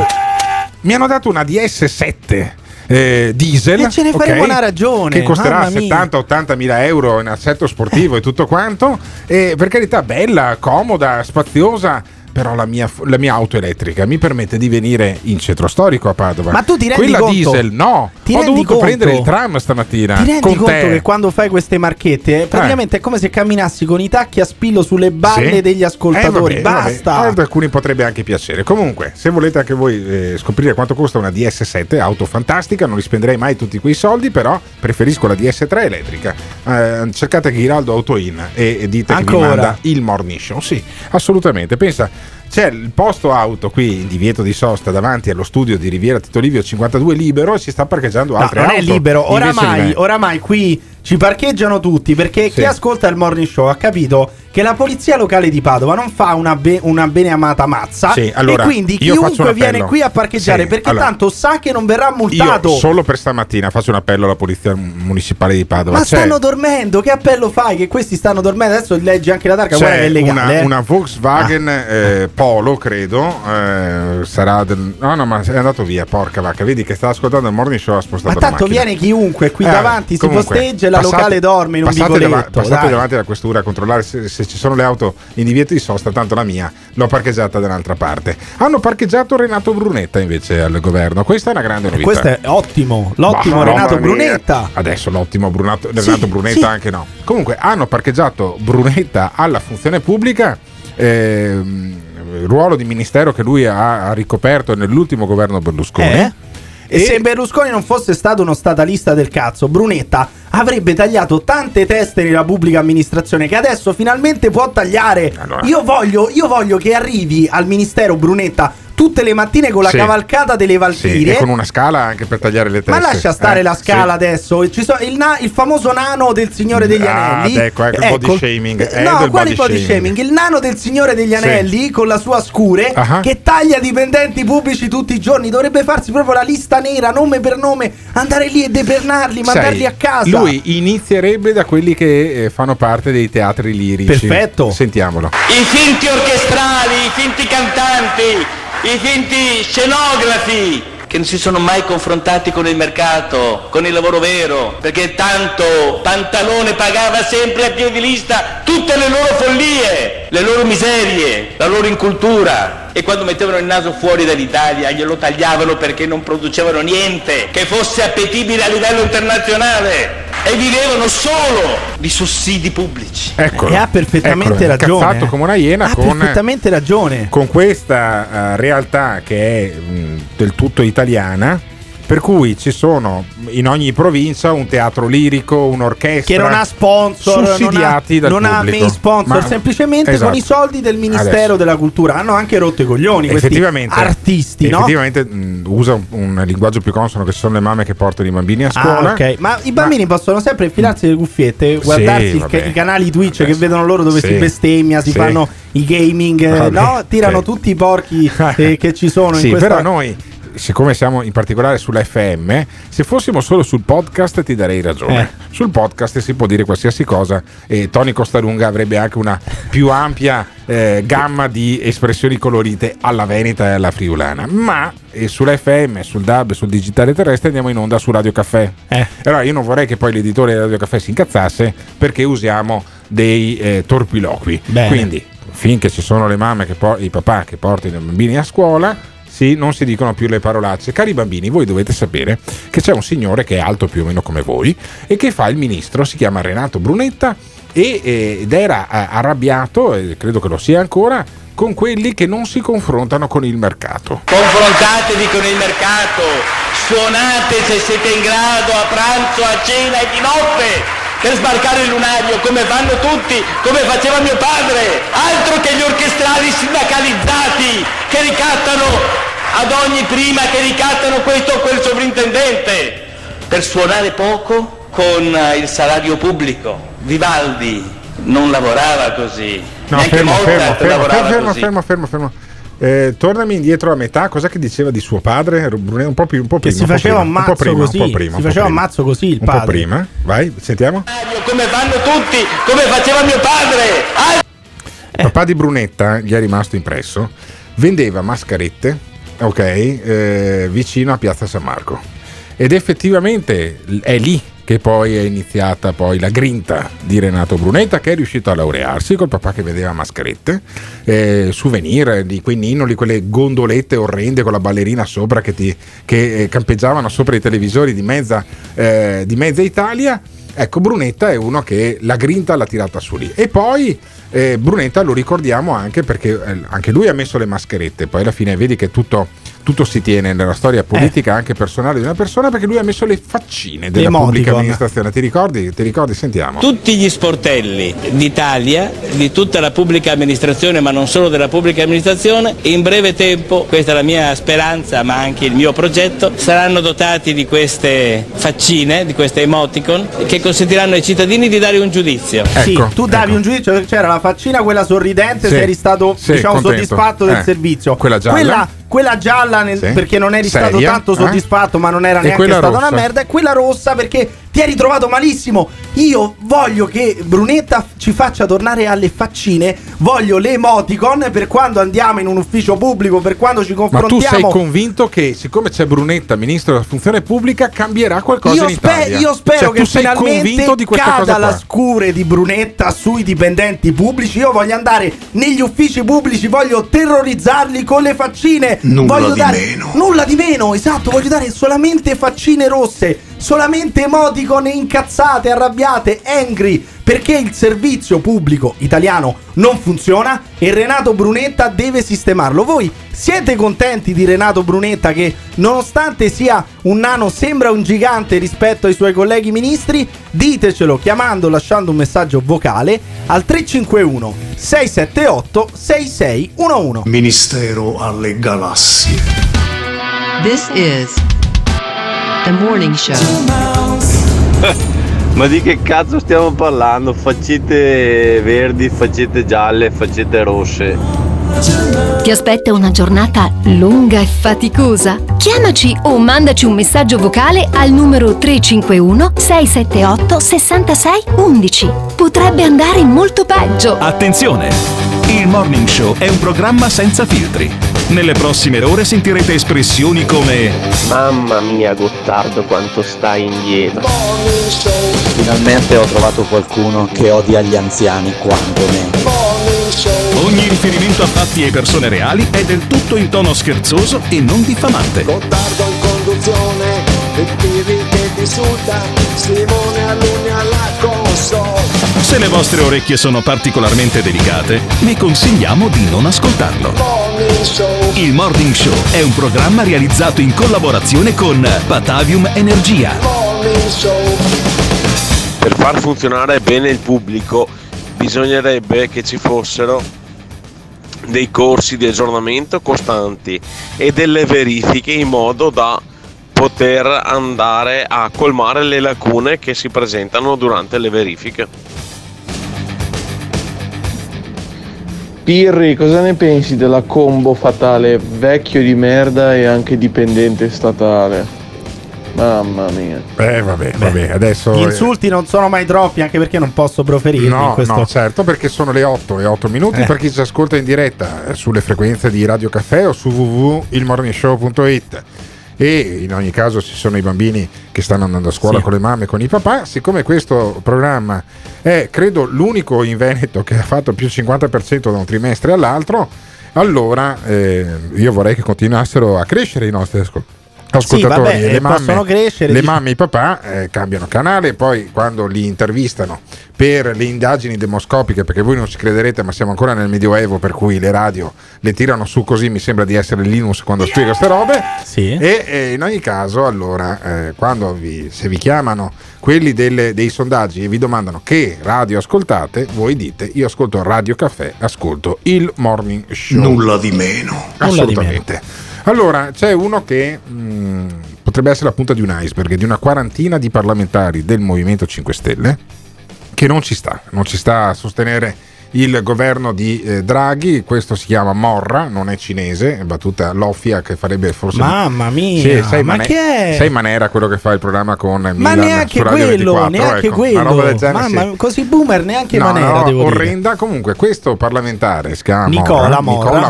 Mi hanno dato una DS7 diesel, e ce ne faremo una ragione, che costerà 70-80 mila euro in assetto sportivo e tutto quanto, e per carità bella, comoda, spaziosa, però la mia auto elettrica mi permette di venire in centro storico a Padova. Ma tu ti rendi quella conto? Diesel no, ho dovuto prendere il tram stamattina. Ti rendi conto che quando fai queste marchette praticamente è come se camminassi con i tacchi a spillo sulle balle degli ascoltatori. Basta. Ad alcuni potrebbe anche piacere. Comunque, se volete anche voi scoprire quanto costa una DS7, auto fantastica, non li spenderei mai tutti quei soldi, però preferisco la DS3 elettrica. Cercate Ghiraldo Autoin e dite che mi manda il Morning Show. Sì, assolutamente. Pensa, c'è il posto auto qui in divieto di sosta davanti allo studio di Riviera Tito Livio 52 libero, e si sta parcheggiando altre auto. Non è libero, oramai qui ci parcheggiano tutti, perché chi ascolta il Morning Show ha capito che la polizia locale di Padova non fa una beneamata mazza, e quindi chiunque viene qui a parcheggiare perché tanto sa che non verrà multato. Io solo per stamattina faccio un appello alla polizia municipale di Padova. Ma stanno dormendo, che appello fai? Che questi stanno dormendo, adesso leggi anche la targa, guarda che è legale. Una Volkswagen Polo, credo, sarà no, ma è andato via, porca vacca, vedi che sta ascoltando il Morning Show, ha spostato ma tanto viene chiunque qui davanti, si posteggia, la locale dorme in un vicoletto. Passate davanti alla questura a controllare se ci sono le auto in divieto di sosta, tanto la mia l'ho parcheggiata da un'altra parte. Hanno parcheggiato Renato Brunetta invece al governo, questa è una grande novità. Questo è l'ottimo Renato Brunetta. Adesso l'ottimo Renato Brunetta anche no. Comunque hanno parcheggiato Brunetta alla funzione pubblica, ruolo di ministero che lui ha ricoperto nell'ultimo governo Berlusconi. E se Berlusconi non fosse stato uno statalista del cazzo, Brunetta avrebbe tagliato tante teste nella pubblica amministrazione che adesso finalmente può tagliare. Allora. Io voglio che arrivi al ministero Brunetta tutte le mattine con la cavalcata delle Valchirie, e con una scala anche per tagliare le teste. Ma lascia stare la scala adesso. Ci sono il famoso nano del Signore degli Anelli. Ecco, il body shaming. No, quale body shaming? Il nano del Signore degli Anelli con la sua scure che taglia dipendenti pubblici tutti i giorni. Dovrebbe farsi proprio la lista nera, nome per nome, andare lì e depernarli, mandarli a casa. Lui inizierebbe da quelli che fanno parte dei teatri lirici. Perfetto. Sentiamolo. I finti orchestrali, i finti cantanti, i finti scenografi che non si sono mai confrontati con il mercato, con il lavoro vero, perché tanto Pantalone pagava sempre a piedi lista tutte le loro follie, le loro miserie, la loro incultura, e quando mettevano il naso fuori dall'Italia glielo tagliavano perché non producevano niente che fosse appetibile a livello internazionale e vivevano solo di sussidi pubblici. Eccolo, e ha perfettamente ragione. Incazzato come una iena, ha perfettamente ragione. Con questa realtà che è del tutto italiana, per cui ci sono in ogni provincia un teatro lirico, un'orchestra che non ha sponsor, sussidiati dal non pubblico. Ha main sponsor, semplicemente con i soldi del Ministero della Cultura. Hanno anche rotto i coglioni questi artisti, no? Effettivamente usa un linguaggio più consono, che sono le mamme che portano i bambini a scuola. Ok, ma i bambini possono sempre infilarsi le cuffiette, guardarsi i canali Twitch che vedono loro dove si bestemmia, si fanno i gaming, no? Tirano tutti i porchi che ci sono in questa... però noi, siccome siamo in particolare sulla FM, se fossimo solo sul podcast ti darei ragione. Sul podcast si può dire qualsiasi cosa e Tony Costalunga avrebbe anche una più ampia gamma di espressioni colorite alla veneta e alla friulana. Ma sulla FM, sul DAB, sul digitale terrestre andiamo in onda su Radio Caffè. Allora io non vorrei che poi l'editore di Radio Caffè si incazzasse perché usiamo dei torpiloqui. Quindi finché ci sono le mamme i papà che portano i bambini a scuola, non si dicono più le parolacce. Cari bambini, voi dovete sapere che c'è un signore che è alto più o meno come voi e che fa il ministro, si chiama Renato Brunetta ed era arrabbiato, e credo che lo sia ancora, con quelli che non si confrontano con il mercato. Confrontatevi con il mercato, suonate se siete in grado a pranzo, a cena e di notte per sbarcare il lunario come fanno tutti, come faceva mio padre. Altro che gli orchestrali sindacalizzati che ricattano ad ogni prima, che ricattano questo o quel sovrintendente per suonare poco con il salario pubblico. Vivaldi non lavorava così. No, fermo. Tornami indietro a metà. Cos'è che diceva di suo padre? Un po' prima. Che si faceva un mazzo così. Si faceva un mazzo così il padre. Un po' prima. Vai, sentiamo. Come fanno tutti, come faceva mio padre. Papà di Brunetta, gli è rimasto impresso, vendeva mascherette, vicino a Piazza San Marco. Ed effettivamente è lì che poi è iniziata la grinta di Renato Brunetta, che è riuscito a laurearsi col papà che vendeva mascherette, souvenir di quei ninnoli, quelle gondolette orrende con la ballerina sopra che campeggiavano sopra i televisori di mezza Italia. Ecco, Brunetta è uno che la grinta l'ha tirata su lì. E poi Brunetta lo ricordiamo anche perché anche lui ha messo le mascherette, poi alla fine vedi che tutto si tiene nella storia politica anche personale di una persona, perché lui ha messo le faccine della pubblica amministrazione. Ti ricordi? Sentiamo. Tutti gli sportelli d'Italia, di tutta la pubblica amministrazione, ma non solo della pubblica amministrazione, in breve tempo, questa è la mia speranza ma anche il mio progetto, saranno dotati di queste faccine, di queste emoticon, che consentiranno ai cittadini di dare un giudizio. Tu davi un giudizio, c'era la faccina quella sorridente, se eri stato soddisfatto del servizio. Quella gialla. Quella gialla perché non eri stato tanto soddisfatto, ma non era neanche stata una merda, e quella rossa perché ti eri trovato malissimo. Io voglio che Brunetta ci faccia tornare alle faccine, voglio le emoticon per quando andiamo in un ufficio pubblico, per quando ci confrontiamo. Ma tu sei convinto che siccome c'è Brunetta, ministro della funzione pubblica, cambierà qualcosa in Italia? Io spero che finalmente cada la scure di Brunetta sui dipendenti pubblici. Io voglio andare negli uffici pubblici, voglio terrorizzarli con le faccine. Nulla di meno, esatto, voglio dare solamente faccine rosse, solamente emoticon incazzate, arrabbiate, angry, perché il servizio pubblico italiano non funziona e Renato Brunetta deve sistemarlo. Voi siete contenti di Renato Brunetta, che nonostante sia un nano sembra un gigante rispetto ai suoi colleghi ministri? Ditecelo lasciando un messaggio vocale al 351 678 6611. Ministero alle galassie. This is The Morning Show. Ma di che cazzo stiamo parlando? Faccette verdi, faccette gialle, faccette rosse. Ti aspetta una giornata lunga e faticosa? Chiamaci o mandaci un messaggio vocale al numero 351 678 6611. Potrebbe andare molto peggio. Attenzione! Il Morning Show è un programma senza filtri. Nelle prossime ore sentirete espressioni come: Mamma mia, Gottardo, quanto stai indietro. Finalmente ho trovato qualcuno che odia gli anziani quanto me. Ogni riferimento a fatti e persone reali è del tutto in tono scherzoso e non diffamante. Gottardo in conduzione, il Pirri che ti insulta, Simone Alunni alla console. Se le vostre orecchie sono particolarmente delicate, vi consigliamo di non ascoltarlo. Il Morning Show è un programma realizzato in collaborazione con Batavium Energia. Per far funzionare bene il pubblico bisognerebbe che ci fossero dei corsi di aggiornamento costanti e delle verifiche in modo da poter andare a colmare le lacune che si presentano durante le verifiche. Pirri, cosa ne pensi della combo fatale vecchio di merda e anche dipendente statale? Mamma mia. Vabbè, adesso Gli insulti non sono mai troppi, anche perché non posso proferirli in questo. No, certo, perché sono le 8 minuti per chi ci ascolta in diretta sulle frequenze di Radio Caffè o su www.ilmorningshow.it. E in ogni caso ci sono i bambini che stanno andando a scuola con le mamme e con i papà. Siccome questo programma è, credo, l'unico in Veneto che ha fatto più 50% da un trimestre all'altro, allora io vorrei che continuassero a crescere i nostri ascoltatori. Le mamme e i papà cambiano canale, poi quando li intervistano per le indagini demoscopiche, perché voi non ci crederete ma siamo ancora nel Medioevo, per cui le radio le tirano su così, mi sembra di essere Linus quando spiega queste robe, e in ogni caso allora se vi chiamano quelli dei sondaggi e vi domandano che radio ascoltate, voi dite: io ascolto Radio Caffè, ascolto il Morning Show. Nulla di meno. Assolutamente. Allora, c'è uno che potrebbe essere la punta di un iceberg, di una quarantina di parlamentari del Movimento 5 Stelle che non ci sta a sostenere il governo di Draghi. Questo si chiama Morra, non è cinese, è battuta loffia che farebbe forse... Mamma mia, chi è? Sei Manera, quello che fa il programma con Milan, ma neanche su Radio quello, 24, quello. Una roba del genere, mamma, così boomer neanche Manera, devo orrenda. dire. Comunque questo parlamentare si chiama Nicola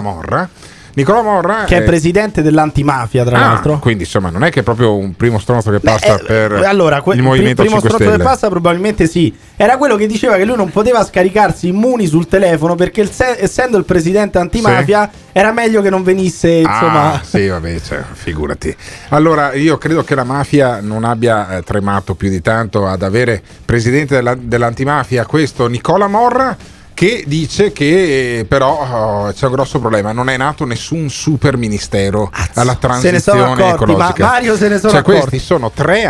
Morra, che è presidente dell'antimafia, tra l'altro. Quindi insomma non è che è proprio un primo stronzo che passa per il Movimento 5 primo stronzo Stelle. che passa probabilmente sì. Era quello che diceva che lui non poteva scaricarsi Immuni sul telefono perché essendo il presidente antimafia era meglio che non venisse, insomma. Sì, vabbè, figurati. Allora io credo che la mafia non abbia tremato più di tanto ad avere presidente dell'antimafia questo Nicola Morra, che dice che però c'è un grosso problema, non è nato nessun super ministero alla transizione ecologica. Mario se ne sono accorti. Questi sono 3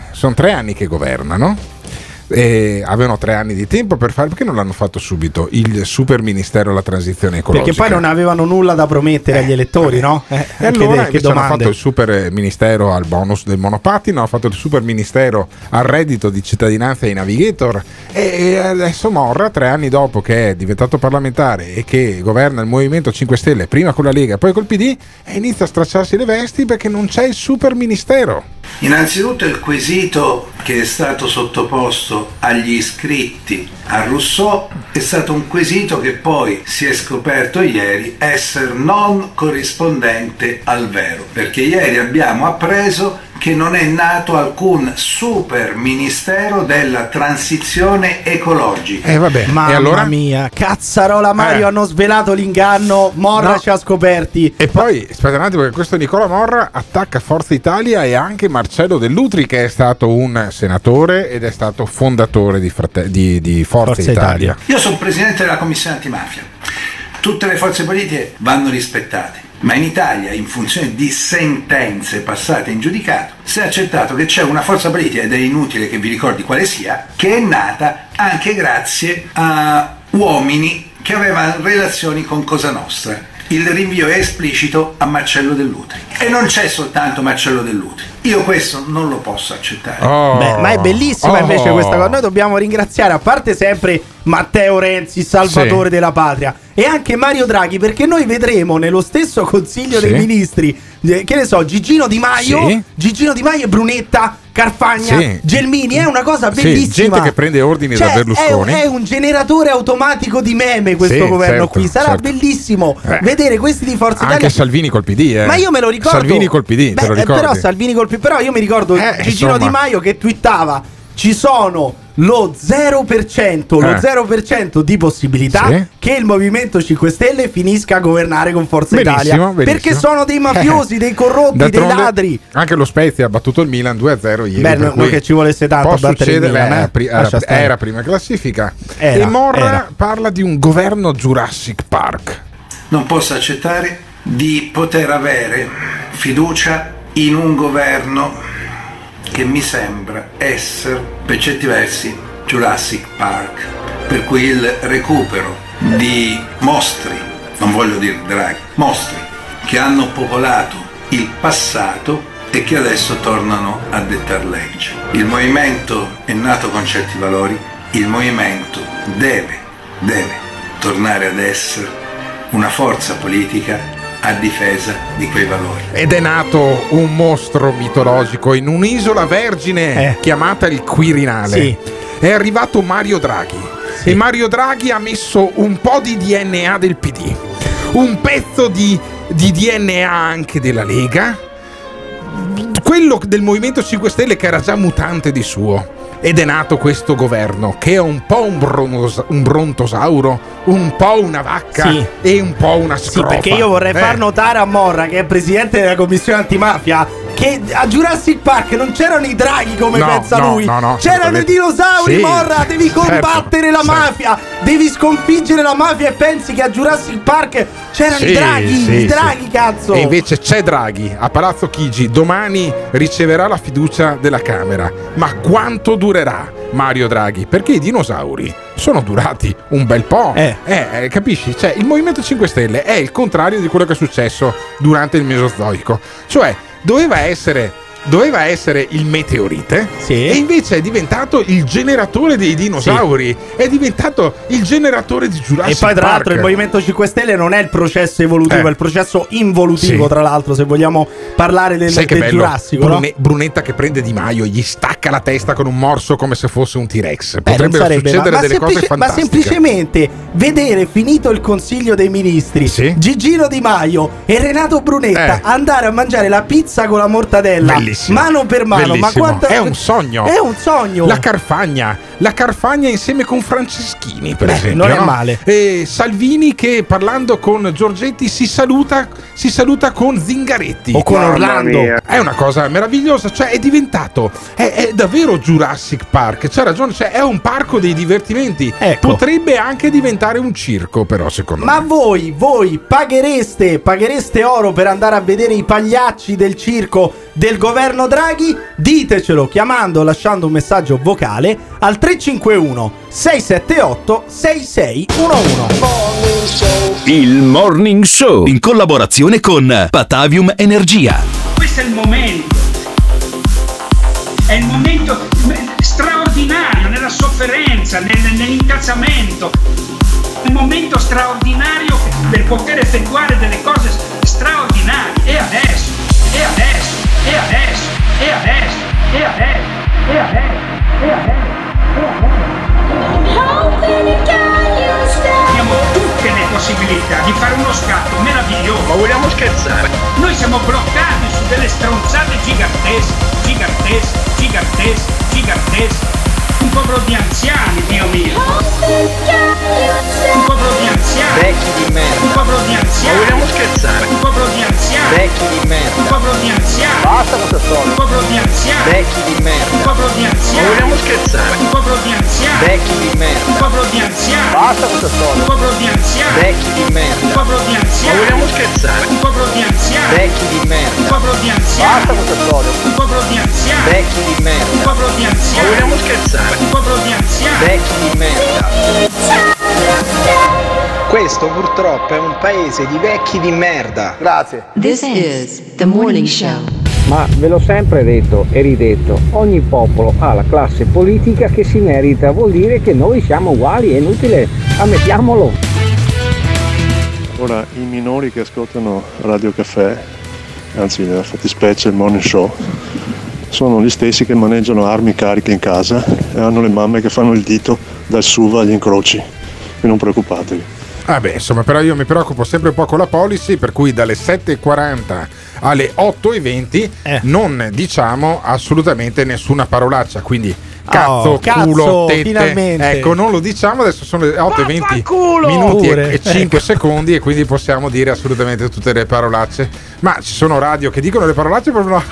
anni che governano. Avevano 3 anni di tempo per fare, perché non l'hanno fatto subito il super ministero alla transizione ecologica? Perché poi non avevano nulla da promettere agli elettori, no? E allora hanno fatto il super ministero al bonus del monopattino, hanno fatto il super ministero al reddito di cittadinanza ai navigator, e adesso Morra, 3 anni dopo che è diventato parlamentare e che governa il Movimento 5 Stelle, prima con la Lega poi col PD, inizia a stracciarsi le vesti perché non c'è il super ministero. Innanzitutto il quesito che è stato sottoposto agli iscritti a Rousseau è stato un quesito che poi si è scoperto ieri essere non corrispondente al vero, perché ieri abbiamo appreso che non è nato alcun super ministero della transizione ecologica. Mamma mia, cazzarola Mario, hanno svelato l'inganno, Morra ci ha scoperti. E poi, aspetta un attimo, che questo Nicola Morra attacca Forza Italia e anche Marcello Dell'Utri, che è stato un senatore ed è stato fondatore di Forza Italia. Io sono presidente della commissione antimafia. Tutte le forze politiche vanno rispettate. Ma in Italia, in funzione di sentenze passate in giudicato, si è accertato che c'è una forza politica, ed è inutile che vi ricordi quale sia, che è nata anche grazie a uomini che avevano relazioni con Cosa Nostra. Il rinvio è esplicito a Marcello Dell'Utri. E non c'è soltanto Marcello Dell'Utri. Io questo non lo posso accettare. Ma è bellissima invece questa cosa. Noi dobbiamo ringraziare, a parte sempre Matteo Renzi, salvatore della patria, e anche Mario Draghi, perché noi vedremo nello stesso Consiglio dei Ministri, che ne so, Gigino Di Maio e Brunetta Carfagna, Gelmini, è una cosa bellissima. Gente che prende ordini da Berlusconi. È un generatore automatico di meme questo governo qui. Sarà bellissimo vedere questi di Forza Italia. Anche Salvini col PD, Ma io me lo ricordo. Salvini col PD, te lo ricordi? Però Salvini col PD, però io mi ricordo Gigino Di Maio che twittava: ci sono lo 0% di possibilità che il Movimento 5 Stelle finisca a governare con Forza Italia, perché sono dei mafiosi, dei corrotti, dei ladri. Anche lo Spezia ha battuto il Milan 2-0 ieri. Beh, non che ci volesse tanto battere il Milan, era prima classifica. Era, e Morra parla di un governo Jurassic Park. Non posso accettare di poter avere fiducia in un governo che mi sembra essere, per certi versi, Jurassic Park, per cui il recupero di mostri, non voglio dire draghi, mostri che hanno popolato il passato e che adesso tornano a dettar legge. Il movimento è nato con certi valori, il movimento deve tornare ad essere una forza politica a difesa di quei valori. Ed è nato un mostro mitologico in un'isola vergine chiamata il Quirinale. È arrivato Mario Draghi e Mario Draghi ha messo un po' di DNA del PD, un pezzo di DNA anche della Lega, quello del Movimento 5 Stelle che era già mutante di suo. Ed è nato questo governo che è un po' un brontosauro, un po' una vacca e un po' una scrofa. Sì, perché io vorrei far notare a Morra, che è presidente della commissione antimafia, che a Jurassic Park non c'erano i draghi come pensa lui. C'erano i dinosauri, Morra, devi combattere la mafia, devi sconfiggere la mafia e pensi che a Jurassic Park c'erano i draghi, cazzo. E invece c'è Draghi a Palazzo Chigi, domani riceverà la fiducia della Camera. Ma quanto durerà Mario Draghi? Perché i dinosauri sono durati un bel po'. Capisci? Cioè, il Movimento 5 Stelle è il contrario di quello che è successo durante il Mesozoico. Cioè, doveva essere il meteorite e invece è diventato il generatore dei dinosauri, è diventato il generatore di Jurassic Park. E poi tra l'altro il Movimento 5 Stelle non è il processo evolutivo, è il processo involutivo, tra l'altro, se vogliamo parlare del Giurassico, no? Brunetta che prende Di Maio, gli stacca la testa con un morso come se fosse un T-Rex. Potrebbero succedere delle cose fantastiche. Ma semplicemente vedere, finito il Consiglio dei Ministri, Gigino Di Maio e Renato Brunetta andare a mangiare la pizza con la mortadella, mano per mano, ma quanto è un sogno. È un sogno. La Carfagna insieme con Franceschini, per esempio. Non è male. E Salvini che parlando con Giorgetti si saluta con Zingaretti o con Orlando. È una cosa meravigliosa, cioè è diventato è davvero Jurassic Park. C'ha ragione, cioè è un parco dei divertimenti. Potrebbe anche diventare un circo, però, secondo me. Ma voi paghereste oro per andare a vedere i pagliacci del circo del governo Draghi? Ditecelo chiamando o lasciando un messaggio vocale al 351 678 6611. Il Morning Show in collaborazione con Patavium Energia. Questo è il momento straordinario nella sofferenza, nell'incazzamento, un momento straordinario per poter effettuare delle cose straordinarie. E adesso abbiamo tutte le possibilità di fare uno scatto meraviglioso. Ma vogliamo scherzare? Noi siamo bloccati su delle stronzate gigantesche. Un popolo di anziani, Dio mio. Un popolo di anziani. Vecchi di merda. Un popolo di anziani. Ma vogliamo scherzare? Un popolo di anziani. Vecchi di merda. Un popolo di anziani. Basta con questo storia. Un popolo di anziani. Vecchi di merda. Un popolo di anziani. Ma vogliamo scherzare? Un popolo di anziani. Vecchi di merda. Un popolo di anziani. Basta con questo storia. Un popolo di anziani. Vecchi di merda. Un popolo di anziani. Ma vogliamo scherzare? Un popolo di anziani. Vecchi di merda. Un popolo di anziani. Basta con questo storia. Un popolo di anziani. Vecchi di merda. Un popolo di anziani. Ma vogliamo scherzare? Un popolo di anziani. Vecchi di merda. Questo purtroppo è un paese di vecchi di merda. Grazie. This is the morning show. Ma ve l'ho sempre detto e ridetto, ogni popolo ha la classe politica che si merita, vuol dire che noi siamo uguali, è inutile, ammettiamolo. Ora, i minori che ascoltano Radio Caffè, anzi nella fattispecie il Morning Show, sono gli stessi che maneggiano armi cariche in casa e hanno le mamme che fanno il dito dal SUV agli incroci. E non preoccupatevi. Insomma, però io mi preoccupo sempre un po' con la policy, per cui dalle 7.40 alle 8.20 non diciamo assolutamente nessuna parolaccia, quindi cazzo, culo, tette, finalmente. Ecco, non lo diciamo, adesso sono le 8.20 minuti e 5 secondi, e quindi possiamo dire assolutamente tutte le parolacce. Ma ci sono radio che dicono le parolacce proprio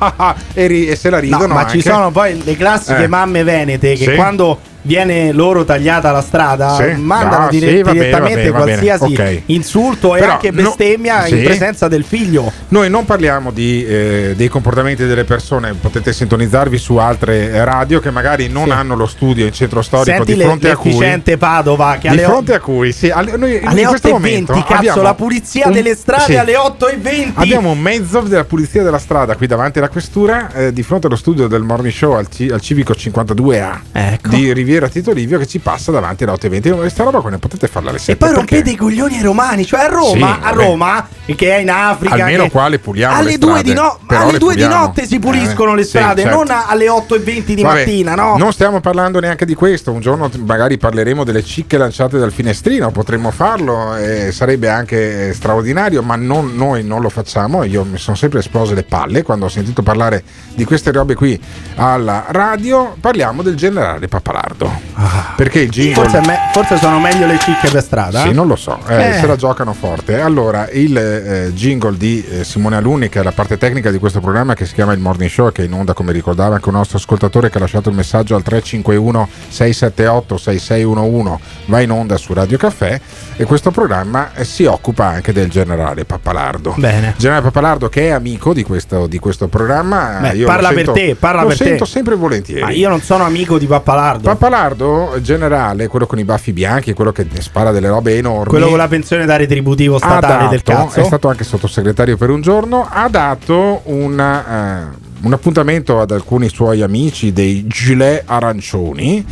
e se la ridono. No, ma anche. ci sono poi le classiche mamme venete che quando viene loro tagliata la strada mandano direttamente qualsiasi insulto e anche bestemmia in presenza del figlio. Noi non parliamo dei comportamenti delle persone, potete sintonizzarvi su altre radio che magari non hanno lo studio in centro storico. Senti di fronte a cui Padova che di fronte a cui noi alle 8.20 cazzo, la pulizia delle strade alle 8.20. Abbiamo un mezzo della pulizia della strada qui davanti alla questura, di fronte allo studio del Morning Show al Civico 52A di Riviera Tito Livio, che ci passa davanti alle 8.20. Questa roba qua ne potete farla alle 7. E poi rompete i coglioni ai romani, cioè a Roma che è in Africa, almeno qua le puliamo alle le 2 strade, alle 2 di notte si puliscono le strade, non alle 8.20 di mattina, no? Non stiamo parlando neanche di questo. Un giorno magari parleremo delle cicche lanciate dal finestrino, potremmo farlo, sarebbe anche straordinario, ma noi non lo facciamo. Io mi sono sempre esplose le palle quando ho sentito parlare di queste robe qui alla radio. Parliamo del generale Pappalardo. Perché il jingle forse sono meglio le cicche per strada? Sì, non lo so, se la giocano forte. Allora, il jingle di Simone Alunni, che è la parte tecnica di questo programma che si chiama il Morning Show, che è in onda, come ricordava anche un nostro ascoltatore che ha lasciato il messaggio al 351 678 6611, va in onda su Radio Caffè, e questo programma si occupa anche del generale Pappalardo. Bene. Generale Pappalardo, che è amico di questo programma. Io parla per te, lo sento sempre volentieri. Ma io non sono amico di Pappalardo. Pappalardo generale, quello con i baffi bianchi, quello che spara delle robe enormi, quello con la pensione da retributivo statale del cazzo, è stato anche sottosegretario per un giorno, ha dato un appuntamento ad alcuni suoi amici dei gilet arancioni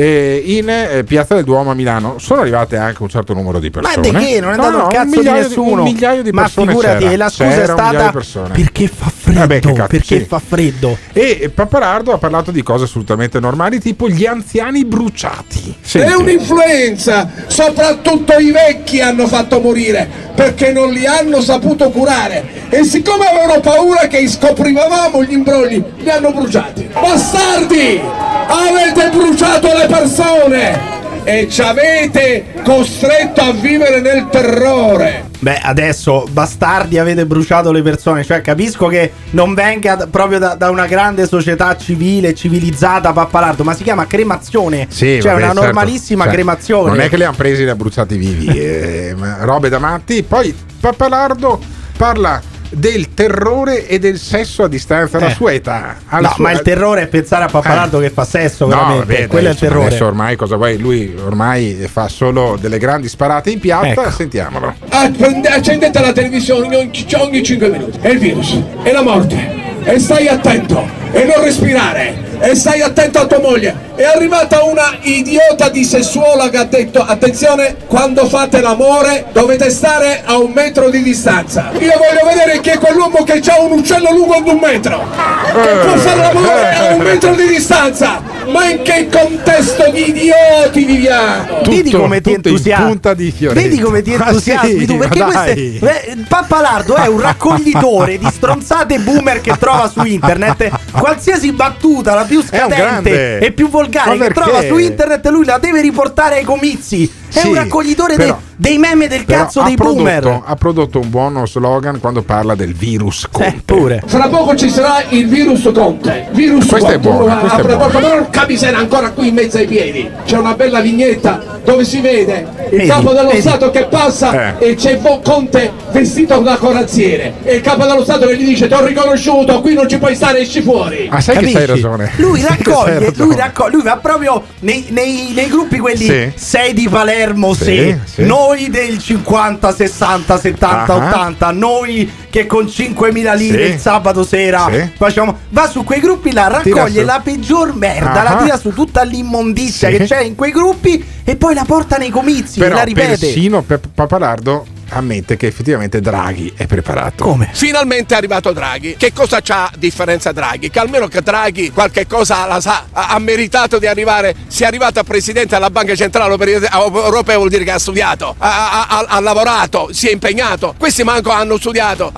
in Piazza del Duomo a Milano. Sono arrivate anche un certo numero di persone. Ma di che? Non è dato il cazzo di nessuno. Un migliaio di persone. Ma figurati, c'era. e la scusa è stata perché fa freddo. Fa freddo. E Pappalardo ha parlato di cose assolutamente normali, tipo gli anziani bruciati. Senti. È un'influenza, soprattutto i vecchi hanno fatto morire perché non li hanno saputo curare, e siccome avevano paura che scoprivamo gli imbrogli, li hanno bruciati. Bastardi, avete bruciato le persone e ci avete costretto a vivere nel terrore. Beh, adesso bastardi, avete bruciato le persone, cioè capisco che non venga proprio da una grande società civile, civilizzata, Pappalardo, ma si chiama cremazione, cioè una normalissima cremazione. Non è che li hanno presi e li ha bruciati vivi, robe da matti. Poi Pappalardo parla del terrore e del sesso a distanza alla sua età. Ma il terrore è pensare a Pappalardo che fa sesso, veramente. Quello è il terrore. Adesso ormai cosa vuoi? Lui ormai fa solo delle grandi sparate in piazza. Sentiamolo. Accendete la televisione ogni 5 minuti. È il virus, è la morte. E stai attento, e non respirare. E stai attento a tua moglie. È arrivata una idiota di sessuologa che ha detto: attenzione, quando fate l'amore dovete stare a 1 metro di distanza. Io voglio vedere chi è quell'uomo che ha un uccello lungo di 1 metro, che può fare l'amore a 1 metro di distanza. Ma in che contesto di idioti viviamo? Vedi come ti entusiasmi. Vedi come ti entusiasmi tu, perché Pappalardo è un raccoglitore di stronzate boomer che trova su internet. Qualsiasi battuta, la più scadente e più volgare che trova su internet, lui la deve riportare ai comizi. È un raccoglitore dei meme del cazzo dei boomer. Ha prodotto un buono slogan quando parla del virus Conte. Pure. Fra poco ci sarà il virus Conte. Questo è buono. Ma miseria, ancora qui in mezzo ai piedi c'è una bella vignetta dove si vede il capo dello Stato che passa e c'è Conte vestito da corazziere, e il capo dello Stato che gli dice: ti ho riconosciuto, qui non ci puoi stare, esci fuori. Sai che hai ragione. Lui raccoglie, lui va proprio nei gruppi quelli 6 di Palermo, noi del 50, 60, 70, 80, noi che con 5.000 lire il sabato sera facciamo, va su quei gruppi là, raccoglie la peggior merda, la tira su tutta l'immondizia che c'è in quei gruppi e poi la porta nei comizi. Però e la ripete. persino Pappalardo ammette che effettivamente Draghi è preparato. Come? Finalmente è arrivato Draghi. Che cosa c'ha differenza Draghi? Che almeno che Draghi qualche cosa la sa, ha meritato di arrivare. Si è arrivato a presidente della Banca Centrale Europea, vuol dire che ha studiato, ha lavorato, si è impegnato. Questi manco hanno studiato.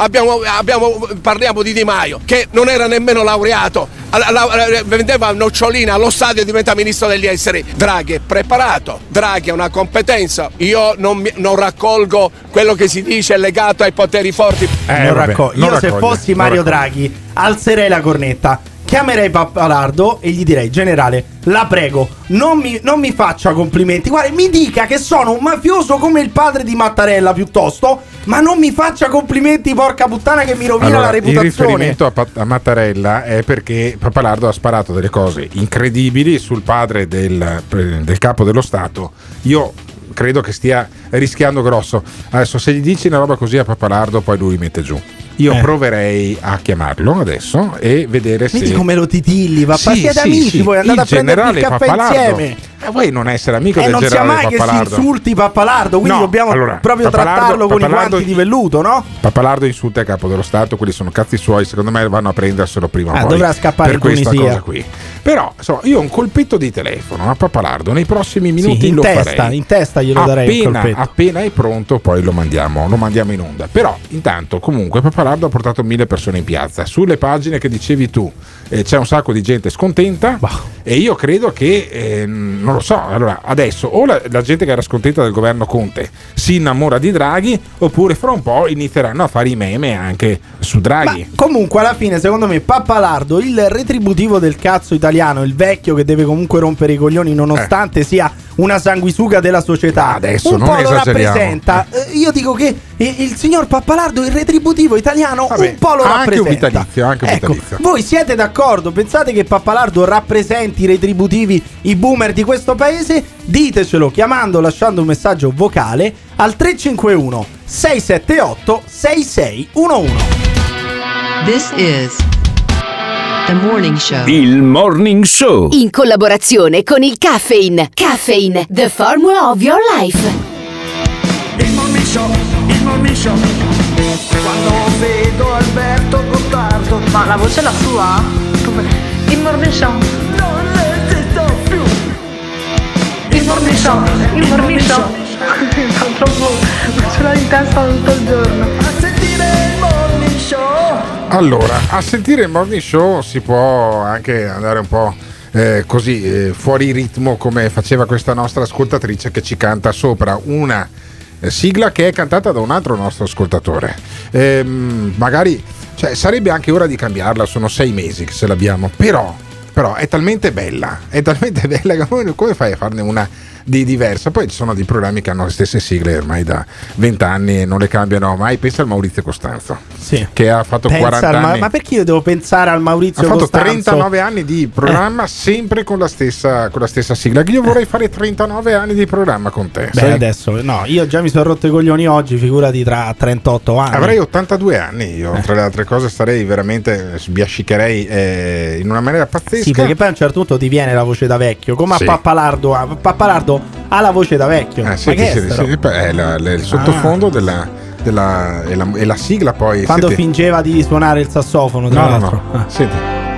Parliamo di Di Maio, che non era nemmeno laureato, vendeva nocciolina allo stadio e diventa ministro degli esteri. Draghi è preparato, Draghi ha una competenza. Io non raccolgo quello che si dice legato ai poteri forti. Io se fossi Mario Draghi alzerei la cornetta, chiamerei Pappalardo e gli direi: generale, la prego, non mi faccia complimenti, guarda, mi dica che sono un mafioso come il padre di Mattarella piuttosto, ma non mi faccia complimenti, porca puttana, che mi rovina la reputazione. Il riferimento a Mattarella è perché Pappalardo ha sparato delle cose incredibili sul padre del capo dello Stato. Io credo che stia rischiando grosso. Adesso, se gli dici una roba così a Pappalardo, poi lui mette giù. Io proverei a chiamarlo adesso e vedere se. Vedi come lo titilli, papà, siete amici, voi andate a prendere il caffè insieme. Vuoi non essere amico del non generale sia mai Pappalardo? che si insulti Pappalardo, quindi dobbiamo proprio trattarlo con i guanti di velluto, no? Pappalardo insulta il capo dello Stato, quelli sono cazzi suoi, secondo me vanno a prenderselo prima o poi. Dovrà scappare per in questa Tunisia. cosa qui. Però insomma, io un colpetto di telefono a Pappalardo nei prossimi minuti in lo testa, farei. in testa glielo darei un colpetto. Appena è pronto poi lo mandiamo in onda. Però intanto comunque Pappalardo ha portato 1000 persone in piazza. Sulle pagine che dicevi tu c'è un sacco di gente scontenta e io credo che non lo so, allora adesso o la gente che era scontenta del governo Conte si innamora di Draghi, oppure fra un po' inizieranno a fare i meme anche su Draghi. Ma comunque alla fine secondo me Pappalardo, il retributivo del cazzo italiano, il vecchio che deve comunque rompere i coglioni nonostante sia una sanguisuga della società, adesso un non po' lo esageriamo. rappresenta. Io dico che il signor Pappalardo, il retributivo italiano, un po' lo rappresenta. Anche un vitalizio. Voi siete d'accordo? Pensate che Pappalardo rappresenti i retributivi, i boomer di questo paese? Ditecelo chiamando, lasciando un messaggio vocale al 351 678 6611. This is The Morning Show. Il Morning Show. In collaborazione con il Caffeine. Caffeine, the formula of your life. Il Morning Show, il Morning Show. Quando vedo Alberto Gottardo. Ma la voce è la sua? Il Morning Show. Non resisto più. Il Morning Show, il Morning Show. Troppo, ce l'ho in testa tutto il giorno. A sentire il Morning Show. Allora, a sentire il Morning Show si può anche andare un po' fuori ritmo, come faceva questa nostra ascoltatrice che ci canta sopra una sigla che è cantata da un altro nostro ascoltatore. Magari sarebbe anche ora di cambiarla, sono 6 mesi che se l'abbiamo, però è talmente bella che come fai a farne una di diversa? Poi ci sono dei programmi che hanno le stesse sigle ormai da 20 anni e non le cambiano mai. Pensa al Maurizio Costanzo, che ha fatto 40 anni. Ma perché io devo pensare al Maurizio Costanzo? Ha fatto Costanzo? 39 anni di programma sempre con la stessa sigla. Io vorrei fare 39 anni di programma con te. Beh, adesso no, io già mi sono rotto i coglioni oggi, figurati tra 38 anni. Avrei 82 anni io, tra le altre cose starei veramente, sbiascicherei in una maniera pazzesca. Sì, perché poi a un certo punto ti viene la voce da vecchio, come a Pappalardo. Pappalardo ha la voce da vecchio. È il sottofondo è la sigla poi. Quando fingeva di suonare il sassofono, tra l'altro. Senti.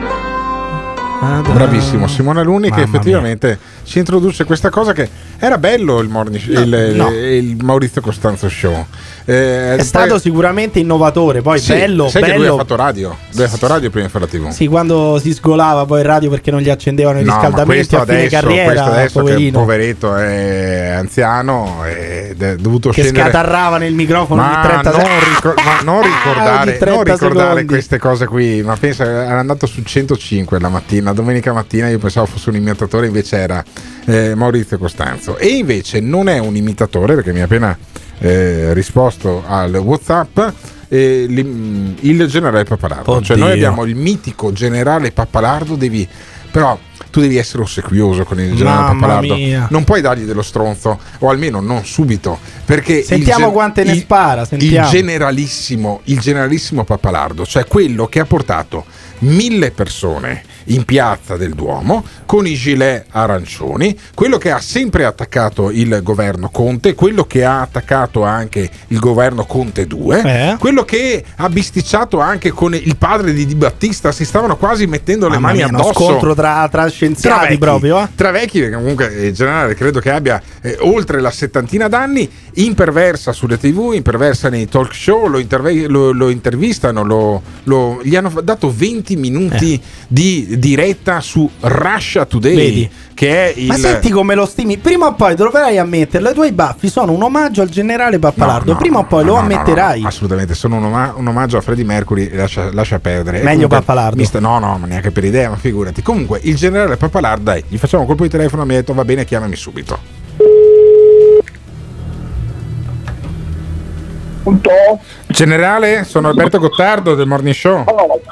Bravissimo Simone Alunni, che effettivamente ci introduce questa cosa che era bello il Maurizio Costanzo Show. È stato sicuramente innovatore, poi bello. Che lui ha fatto radio. Lui ha fatto radio prima di fare la TV. Sì, quando si sgolava poi il radio perché non gli accendevano i riscaldamenti a fine carriera. Questo adesso poverino, che poveretto è anziano, è dovuto scendere. Che scatarrava nel microfono ogni 30 secondi. Non ricordare queste cose qui. Ma pensa, era andato su 105 la mattina, domenica mattina. Io pensavo fosse un imitatore, invece era Maurizio Costanzo. E invece non è un imitatore, perché mi ha appena risposto al WhatsApp, il generale Pappalardo. Oddio. Cioè noi abbiamo il mitico generale Pappalardo, però tu devi essere ossequioso con il generale Pappalardo. Non puoi dargli dello stronzo, o almeno non subito, perché sentiamo quante ne spara. Sentiamo. Il generalissimo Pappalardo, cioè quello che ha portato 1000 persone in piazza del Duomo con i gilet arancioni, quello che ha sempre attaccato il governo Conte, quello che ha attaccato anche il governo Conte 2, quello che ha bisticciato anche con il padre di Di Battista, si stavano quasi mettendo le mani addosso. Uno scontro tra scienziati proprio. Tra vecchi, perché comunque in generale credo che abbia oltre la 70 d'anni, imperversa sulle TV, imperversa nei talk show, lo intervistano, gli hanno dato 20 minuti di diretta su Russia Today. Vedi? Che è il... Ma senti come lo stimi, prima o poi dovrai ammetterlo, i tuoi baffi sono un omaggio al generale Pappalardo, prima o poi lo ammetterai. No, assolutamente, sono un omaggio a Freddie Mercury, lascia perdere. Meglio Pappalardo. No, ma neanche per idea, ma figurati. Comunque il generale Pappalardo, dai, gli facciamo un colpo di telefono, mi ha detto va bene, chiamami subito. Punto? Generale, sono Alberto Gottardo del Morning Show.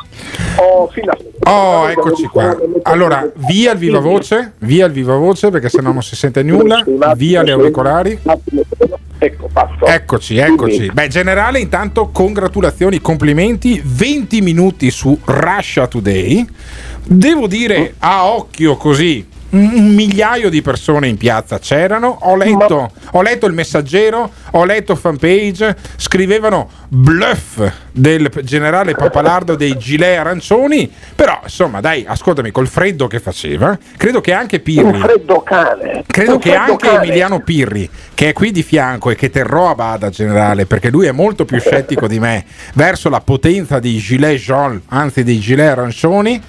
Eccoci qua. Allora, via il viva voce perché sennò non si sente nulla. Via gli auricolari. Ecco, passo. Eccoci. Beh, generale, intanto congratulazioni, complimenti. 20 minuti su Russia Today. Devo dire a occhio così, un migliaio di persone in piazza c'erano. Ho letto il Messaggero, ho letto Fanpage, scrivevano bluff del generale Pappalardo dei gilet arancioni, però insomma dai, ascoltami, col freddo che faceva, credo che anche Pirri, un freddo cane, credo che anche Emiliano Pirri, che è qui di fianco e che terrò a bada, generale, perché lui è molto più scettico di me verso la potenza dei gilet jaune, anzi dei gilet arancioni,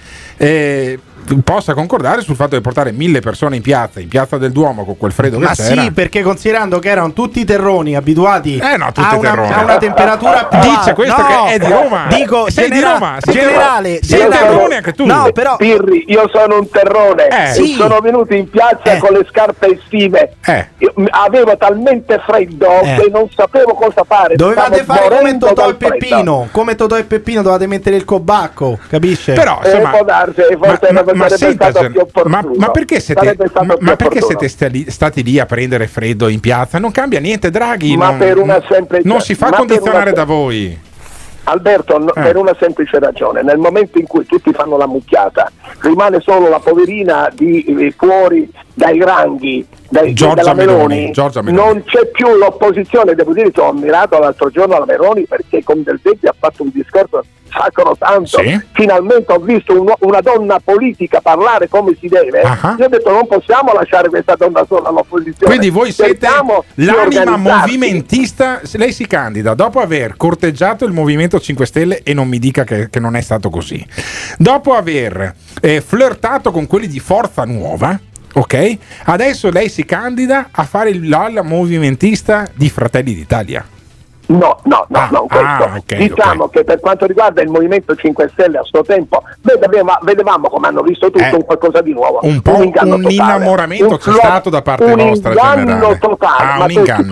possa concordare sul fatto di portare 1000 persone in piazza del Duomo con quel freddo che c'era. Sì, perché considerando che erano tutti terroni abituati a una temperatura più alta. Dice questo che è di Roma. Dico, sei di Roma, generale, sei terrone anche tu. No, però Pirri, io sono un terrone. Sì. Sono venuto in piazza con le scarpe estive. Io avevo talmente freddo che non sapevo cosa fare. Dovevate fare come Totò e Peppino. Come Totò e Peppino dovevate mettere il cobacco, capisce? Però insomma, può darsi, forse ma perché siete stati lì a prendere freddo in piazza? Non cambia niente, Draghi non si fa condizionare da voi. Alberto, per una semplice ragione: nel momento in cui tutti fanno la mucchiata, rimane solo la poverina di fuori dai ranghi della Meloni. Non c'è più l'opposizione. Devo dire che ho ammirato l'altro giorno la Meloni, perché con Del Vecchio ha fatto un discorso sacrosanto. Finalmente ho visto una donna politica parlare come si deve. Io ho detto non possiamo lasciare questa donna sola all'opposizione. Quindi voi siete l'anima movimentista. Lei si candida dopo aver corteggiato il Movimento 5 Stelle, e non mi dica che non è stato così, dopo aver flirtato con quelli di Forza Nuova. Ok, adesso lei si candida a fare la movimentista di Fratelli d'Italia. No, diciamo che per quanto riguarda il Movimento 5 Stelle a suo tempo vedevamo come hanno visto tutto un qualcosa di nuovo, un innamoramento c'è stato da parte vostra, generale. Totale,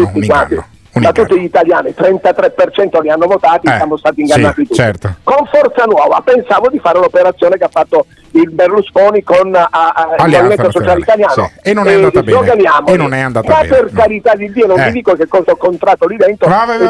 da tutti gli italiani, 33% li hanno votati, siamo stati ingannati tutti. Certo. Con Forza Nuova pensavo di fare l'operazione che ha fatto il Berlusconi con il Movimento Sociale Italiano, e non è andata bene. Ma per carità di Dio, non vi dico che cosa ho contratto lì dentro,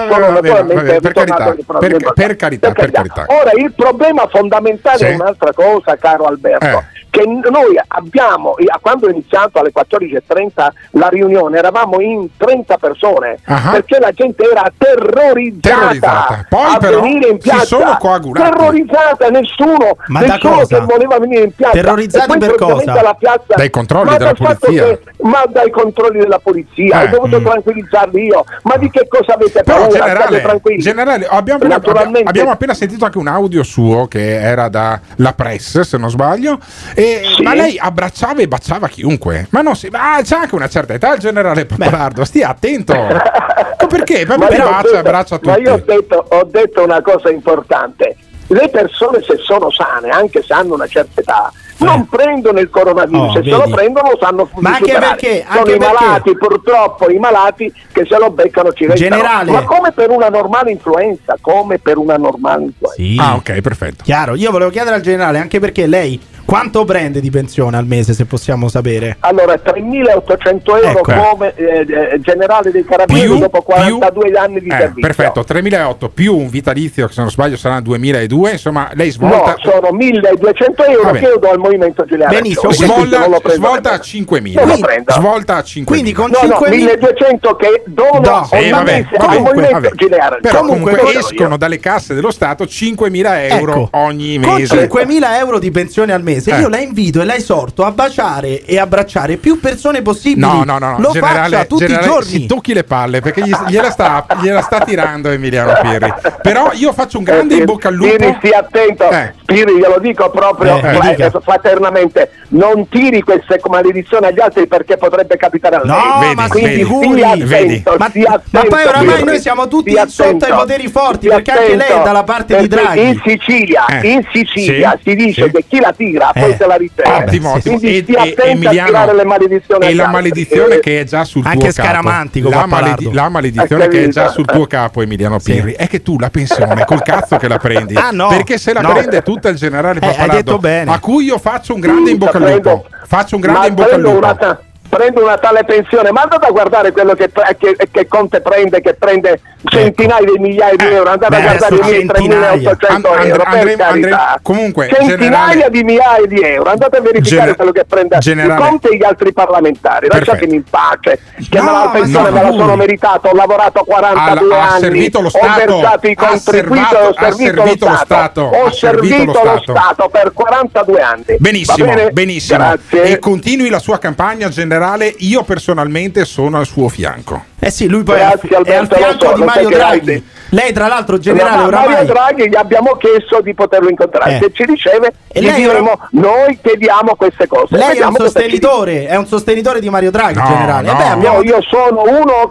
per carità. Ora il problema fondamentale è un'altra cosa, caro Alberto, che noi abbiamo, quando è iniziato alle 14:30 la riunione, eravamo in 30 persone, perché la gente era terrorizzata. Poi a però venire in piazza, si sono coagulati. Terrorizzata, nessuno che voleva venire in piazza. Terrorizzati per cosa? La piazza, dai controlli della polizia. Ma dai controlli della polizia, ho dovuto tranquillizzarli io. Ma di che cosa avete paura? Generale, abbiamo appena sentito anche un audio suo che era da La Press, se non sbaglio. Ma lei abbracciava e baciava chiunque. Ma non c'è anche una certa età il generale Pappalardo, stia attento. Perché? Abbraccia tutti. Ma io ho detto una cosa importante: le persone, se sono sane, anche se hanno una certa età, non prendono il coronavirus, se lo prendono sanno superare. Sono i malati, purtroppo i malati che se lo beccano ci restano. Generale. Ma come per una normale influenza, Sì. Ok, perfetto. Chiaro, io volevo chiedere al generale, anche perché lei Quanto prende di pensione al mese, se possiamo sapere? Allora, 3.800 euro come generale dei carabinieri dopo 42 anni di servizio. Perfetto, 3.800 più un vitalizio che se non sbaglio sarà 2.200, insomma lei svolta... No, sono 1.200 euro che io do al Movimento Giuliano. Benissimo, svolta a 5.000. Svolta a 5.000. Quindi con 1.200 che dono al Movimento Giuliano. Però comunque escono dalle casse dello Stato 5.000 euro ogni mese. Con 5.000 euro di pensione al mese io la invito e la esorto a baciare e abbracciare più persone possibili. No. Lo faccia tutti i giorni. Si tocchi le palle perché gliela sta tirando Emiliano Pirri. Però io faccio un grande in bocca al lupo. Pirri, stia attento. Pirri, glielo dico proprio fraternamente, non tiri queste maledizioni agli altri perché potrebbe capitare a lei. Ma quindi ma poi oramai noi siamo tutti sotto ai poteri forti, perché anche lei è dalla parte di Draghi. In Sicilia si dice che chi la tira poi se la ritiene. Ottimo. Quindi stia attento a tirare le maledizioni. E la maledizione che è già sul tuo capo. Anche Scaramantico. La maledizione che è già sul tuo capo, Emiliano Pirri, è che tu la pensione col cazzo che la prendi. Perché se la prende tutta il generale Pappalardo, a cui io faccio un grande in bocca al lupo. Faccio un grande in bocca al lupo. Prendo una tale pensione, ma andate a guardare quello che Conte prende, che prende centinaia di migliaia di euro. Andate a guardare i miei 3.800 euro, per carità. Comunque, centinaia di migliaia di euro. Andate a verificare quello che prende Conte e gli altri parlamentari. Lasciatemi in pace, che la pensione me la sono meritato. Ho lavorato 42 anni, ho versato i contributi, ho servito lo Stato. Ho servito lo Stato per 42 anni. Benissimo. Grazie. E continui la sua campagna generale. Io personalmente sono al suo fianco. Sì, lui poi è al fianco di Mario Draghi. Lei tra l'altro generale oramai Mario Draghi gli abbiamo chiesto di poterlo incontrare, se ci riceve gli diremo noi chiediamo queste cose. Lei è un sostenitore di Mario Draghi, generale. Io sono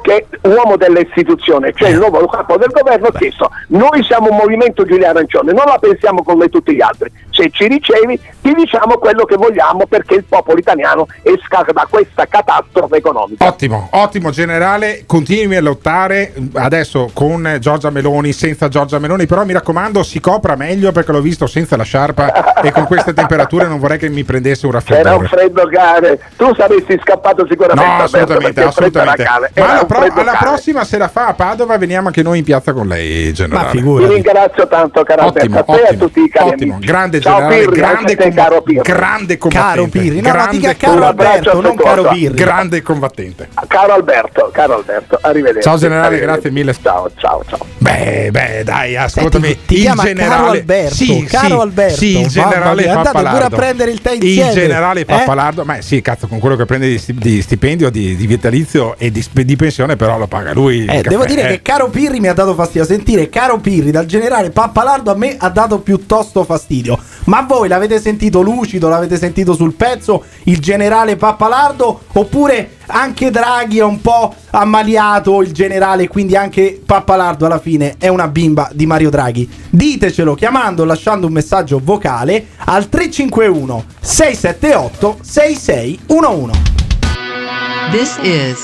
uomo delle istituzioni, cioè il nuovo capo del governo. Ho chiesto, noi siamo un movimento Giulia Arancione, non la pensiamo come tutti gli altri. Se ci ricevi ti diciamo quello che vogliamo perché il popolo italiano esca da questa catastrofe economica. Ottimo generale, continui a lottare adesso con Giorgia Meloni, senza Giorgia Meloni, però mi raccomando si copra meglio perché l'ho visto senza la sciarpa e con queste temperature non vorrei che mi prendesse un raffreddore. Era un freddo cane, tu saresti scappato sicuramente. No, assolutamente. Ma alla prossima se la fa a Padova veniamo anche noi in piazza con lei, generale. Ti ringrazio tanto, caro Alberto, a te e a tutti i cari amici. Grande generale, caro Pirri. Grande combattente. Caro Pirri, no, dica caro Alberto, non caro Pirri. Grande combattente. Caro Alberto, arrivederci. Ciao generale, grazie mille. Ciao. Beh, dai, ascoltami. Ti chiama Caro Alberto. Caro Alberto. Sì, il generale Pappalardo. Pure a prendere il tè insieme. Il generale Pappalardo, ma sì, cazzo, con quello che prende di stipendio, di vitalizio e di pensione, però lo paga lui. Devo dire che Caro Pirri mi ha dato fastidio. Sentire Caro Pirri dal generale Pappalardo a me ha dato piuttosto fastidio. Ma voi l'avete sentito lucido, l'avete sentito sul pezzo il generale Pappalardo, oppure anche Draghi è un po' ammaliato il generale, quindi anche Pappalardo alla fine è una bimba di Mario Draghi? Ditecelo chiamando o lasciando un messaggio vocale al 351 678 6611. This is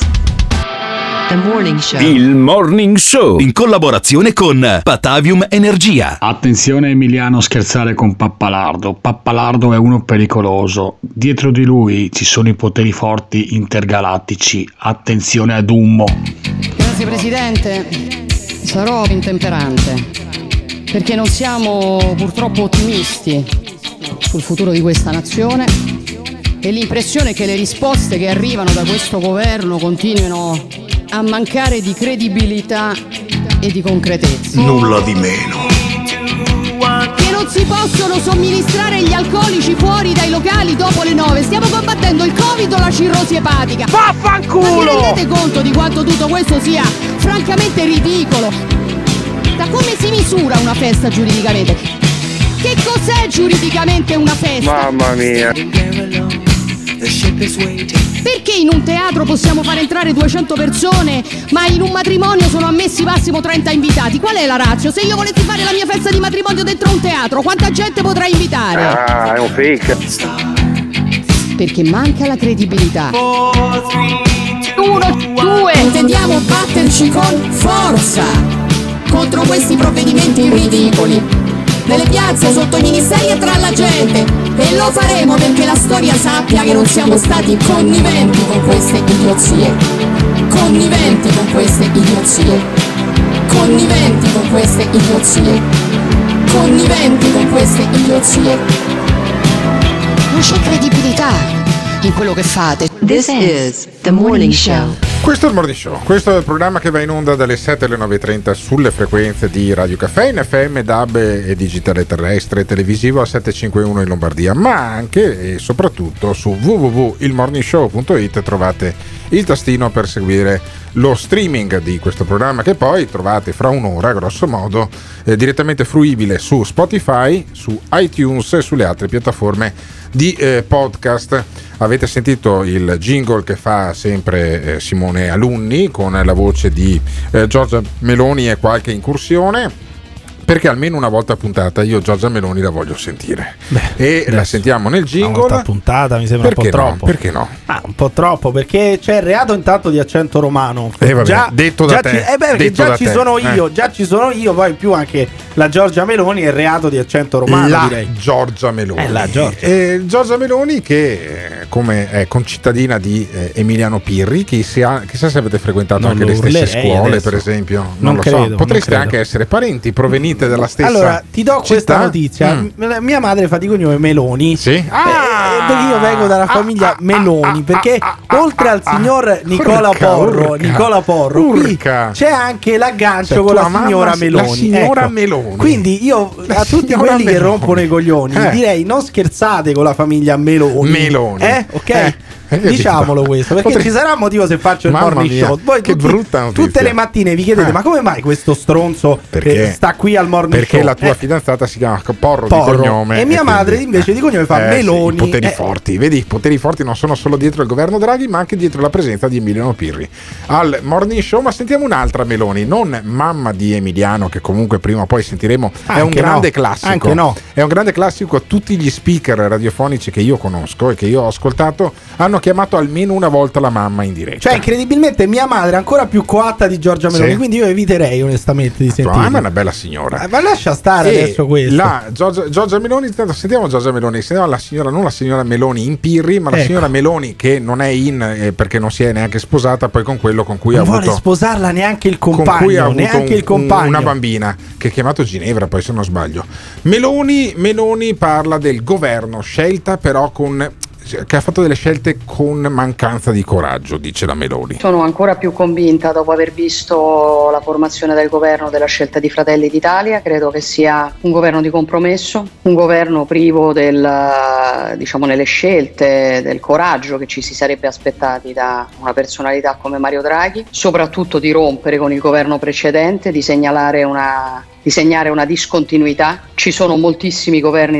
The Morning Show. Il Morning Show in collaborazione con Patavium Energia. Attenzione Emiliano, scherzare con Pappalardo. Pappalardo è uno pericoloso. Dietro di lui ci sono i poteri forti intergalattici. Attenzione ad Ummo. Grazie Presidente. Sarò intemperante perché non siamo purtroppo ottimisti sul futuro di questa nazione e l'impressione è che le risposte che arrivano da questo governo continuino a mancare di credibilità e di concretezza. Nulla di meno. Che non si possono somministrare gli alcolici fuori dai locali dopo le 9. Stiamo combattendo il Covid o la cirrosi epatica. Vaffanculo! Ma vi rendete conto di quanto tutto questo sia francamente ridicolo? Da come si misura una festa giuridicamente? Che cos'è giuridicamente una festa? Mamma mia. Perché in un teatro possiamo far entrare 200 persone, ma in un matrimonio sono ammessi massimo 30 invitati? Qual è la ratio? Se io volessi fare la mia festa di matrimonio dentro un teatro, quanta gente potrei invitare? Ah, è un fake. Perché manca la credibilità. 1, 2. Intendiamo batterci con forza contro questi provvedimenti ridicoli. nelle piazze, sotto i ministeri e tra la gente. E lo faremo perché la storia sappia che non siamo stati conniventi con queste idiozie. Conniventi con queste idiozie. Conniventi con queste idiozie. Conniventi con queste idiozie. Non c'è credibilità in quello che fate. This is The Morning Show. Questo è il Morning Show, questo è il programma che va in onda dalle 7 alle 9.30 sulle frequenze di Radio Caffè, in FM, DAB e digitale terrestre e televisivo a 751 in Lombardia, ma anche e soprattutto su www.ilmorningshow.it trovate il tastino per seguire lo streaming di questo programma, che poi trovate fra un'ora grosso modo direttamente fruibile su Spotify, su iTunes e sulle altre piattaforme di podcast. Avete sentito il jingle che fa sempre Simone Alunni con la voce di Giorgia Meloni e qualche incursione, perché almeno una volta a puntata io Giorgia Meloni la voglio sentire. E la sentiamo nel jingle. Una volta a puntata mi sembra perché un po' troppo. Perché no? Un po' troppo, perché c'è il reato intanto di accento romano. Vabbè, detto da te. Già ci sono io, poi in più anche la Giorgia Meloni è il reato di accento romano, direi. Giorgia Meloni. La Giorgia. Giorgia Meloni che come è concittadina di Emiliano Pirri, chissà se avete frequentato anche le stesse scuole adesso, per esempio. Non lo so. Potreste anche essere parenti provenienti della stessa. Allora ti do questa notizia. Mia madre fa di cognome Meloni. Sì. Perché io vengo dalla famiglia Meloni, perché oltre al signor Nicola Porro qui c'è anche l'aggancio con la signora Meloni. La signora Meloni. Quindi io a tutti quelli che rompono i coglioni direi non scherzate con la famiglia Meloni. Ok? Diciamolo questo, perché ci sarà motivo se faccio il morning show. Voi che brutta notizia. Tutte le mattine vi chiedete ma come mai questo stronzo sta qui al morning show? Perché la tua fidanzata si chiama Porro di cognome e mia madre invece di cognome fa Meloni. Poteri forti, vedi, i poteri forti non sono solo dietro il governo Draghi ma anche dietro la presenza di Emiliano Pirri al morning show. Ma sentiamo un'altra Meloni, non mamma di Emiliano, che comunque prima o poi sentiremo. È un grande classico. È un grande classico. Tutti gli speaker radiofonici che io conosco e che io ho ascoltato hanno chiamato almeno una volta la mamma in diretta. Cioè, incredibilmente mia madre è ancora più coatta di Giorgia Meloni, quindi io eviterei onestamente di sentire. Mamma è una bella signora. Ma lascia stare adesso questo. La Giorgia Meloni, sentiamo Giorgia Meloni, sentiamo la signora, non la signora Meloni in Pirri, ma la signora Meloni che non è in perché non si è neanche sposata poi con quello con cui ha avuto. Non vuole sposarla neanche il compagno, con cui ha avuto una bambina che è chiamato Ginevra, poi se non sbaglio. Meloni parla del governo, scelta però che ha fatto delle scelte con mancanza di coraggio, dice la Meloni. Sono ancora più convinta dopo aver visto la formazione del governo della scelta di Fratelli d'Italia. Credo che sia un governo di compromesso, un governo privo nelle scelte, del coraggio che ci si sarebbe aspettati da una personalità come Mario Draghi, soprattutto di rompere con il governo precedente, di segnare una discontinuità. Ci sono moltissimi governi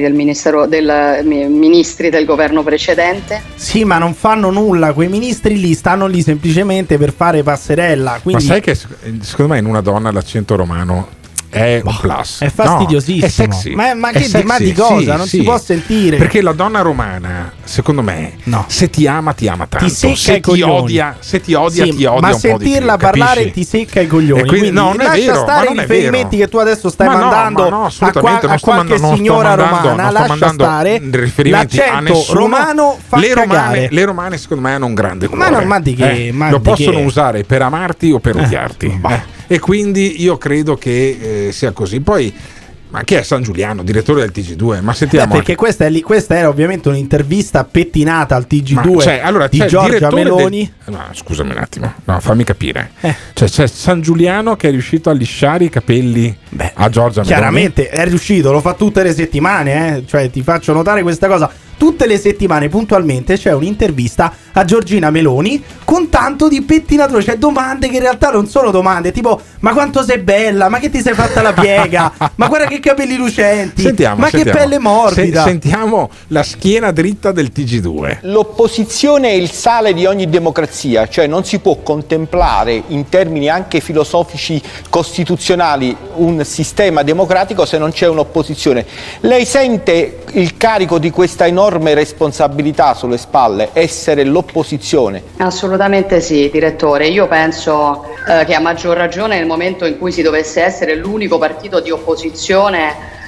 ministri del governo precedente. Sì, ma non fanno nulla, quei ministri lì stanno lì semplicemente per fare passerella. Quindi... Ma sai che secondo me in una donna l'accento romano è un plus. È fastidiosissimo. È sexy. Ma di cosa? Non si può sentire. Perché la donna romana, secondo me, se ti ama tanto. Se ti odia, ti odia ma un po' di più. sentirla parlare ti secca i coglioni. Quindi non è vero, stare i riferimenti che tu adesso stai mandando a qualche signora romana. Lascia stare. L'accento romano fa cagare. Le romane secondo me hanno un grande cuore. Lo possono usare per amarti o per odiarti. E quindi io credo che sia così. Poi, ma chi è San Giuliano, direttore del TG2? Ma sentiamo. Perché questa era ovviamente un'intervista pettinata al TG2 di Giorgia Meloni. Scusami un attimo, fammi capire. C'è San Giuliano che è riuscito a lisciare i capelli a Giorgia Meloni. Chiaramente è riuscito, lo fa tutte le settimane. Cioè, ti faccio notare questa cosa. Tutte le settimane puntualmente c'è un'intervista a Giorgina Meloni con tanto di pettinatura, cioè domande che in realtà non sono domande, tipo ma quanto sei bella, ma che ti sei fatta la piega, ma guarda che capelli lucenti, sentiamo. Che pelle morbida. Sentiamo la schiena dritta del TG2. L'opposizione è il sale di ogni democrazia, cioè non si può contemplare in termini anche filosofici costituzionali un sistema democratico se non c'è un'opposizione. Lei sente il carico di questa enorme responsabilità sulle spalle, essere l'opposizione? Assolutamente sì, direttore. Io penso che a maggior ragione nel momento in cui si dovesse essere l'unico partito di opposizione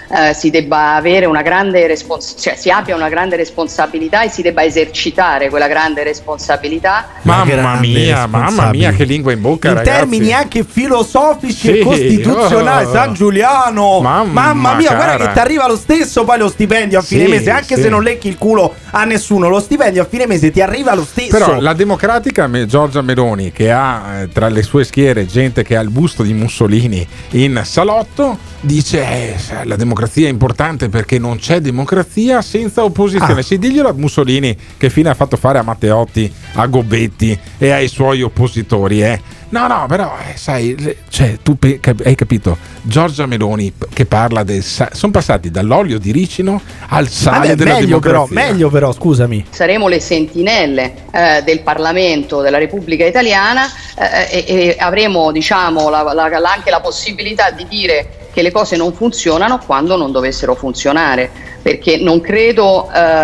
si debba avere una grande si abbia una grande responsabilità e si debba esercitare quella grande responsabilità. Mamma mia, che lingua in bocca, in ragazzi. termini anche filosofici e costituzionali. San Giuliano, mamma mia, cara. guarda che ti arriva lo stesso poi lo stipendio a fine mese, anche se non lecchi il culo a nessuno, lo stipendio a fine mese ti arriva lo stesso. Però la democratica Giorgia Meloni, che ha tra le sue schiere gente che ha il busto di Mussolini in salotto, dice la democrazia è importante perché non c'è democrazia senza opposizione. Sì, diglielo a Mussolini che fine ha fatto fare a Matteotti, a Gobetti e ai suoi oppositori, No, però sai, cioè, tu hai capito, Giorgia Meloni che parla sono passati dall'olio di ricino al sale della democrazia. Meglio però, scusami. Saremo le sentinelle del Parlamento della Repubblica Italiana e avremo, diciamo, anche la possibilità di dire che le cose non funzionano quando non dovessero funzionare, perché non credo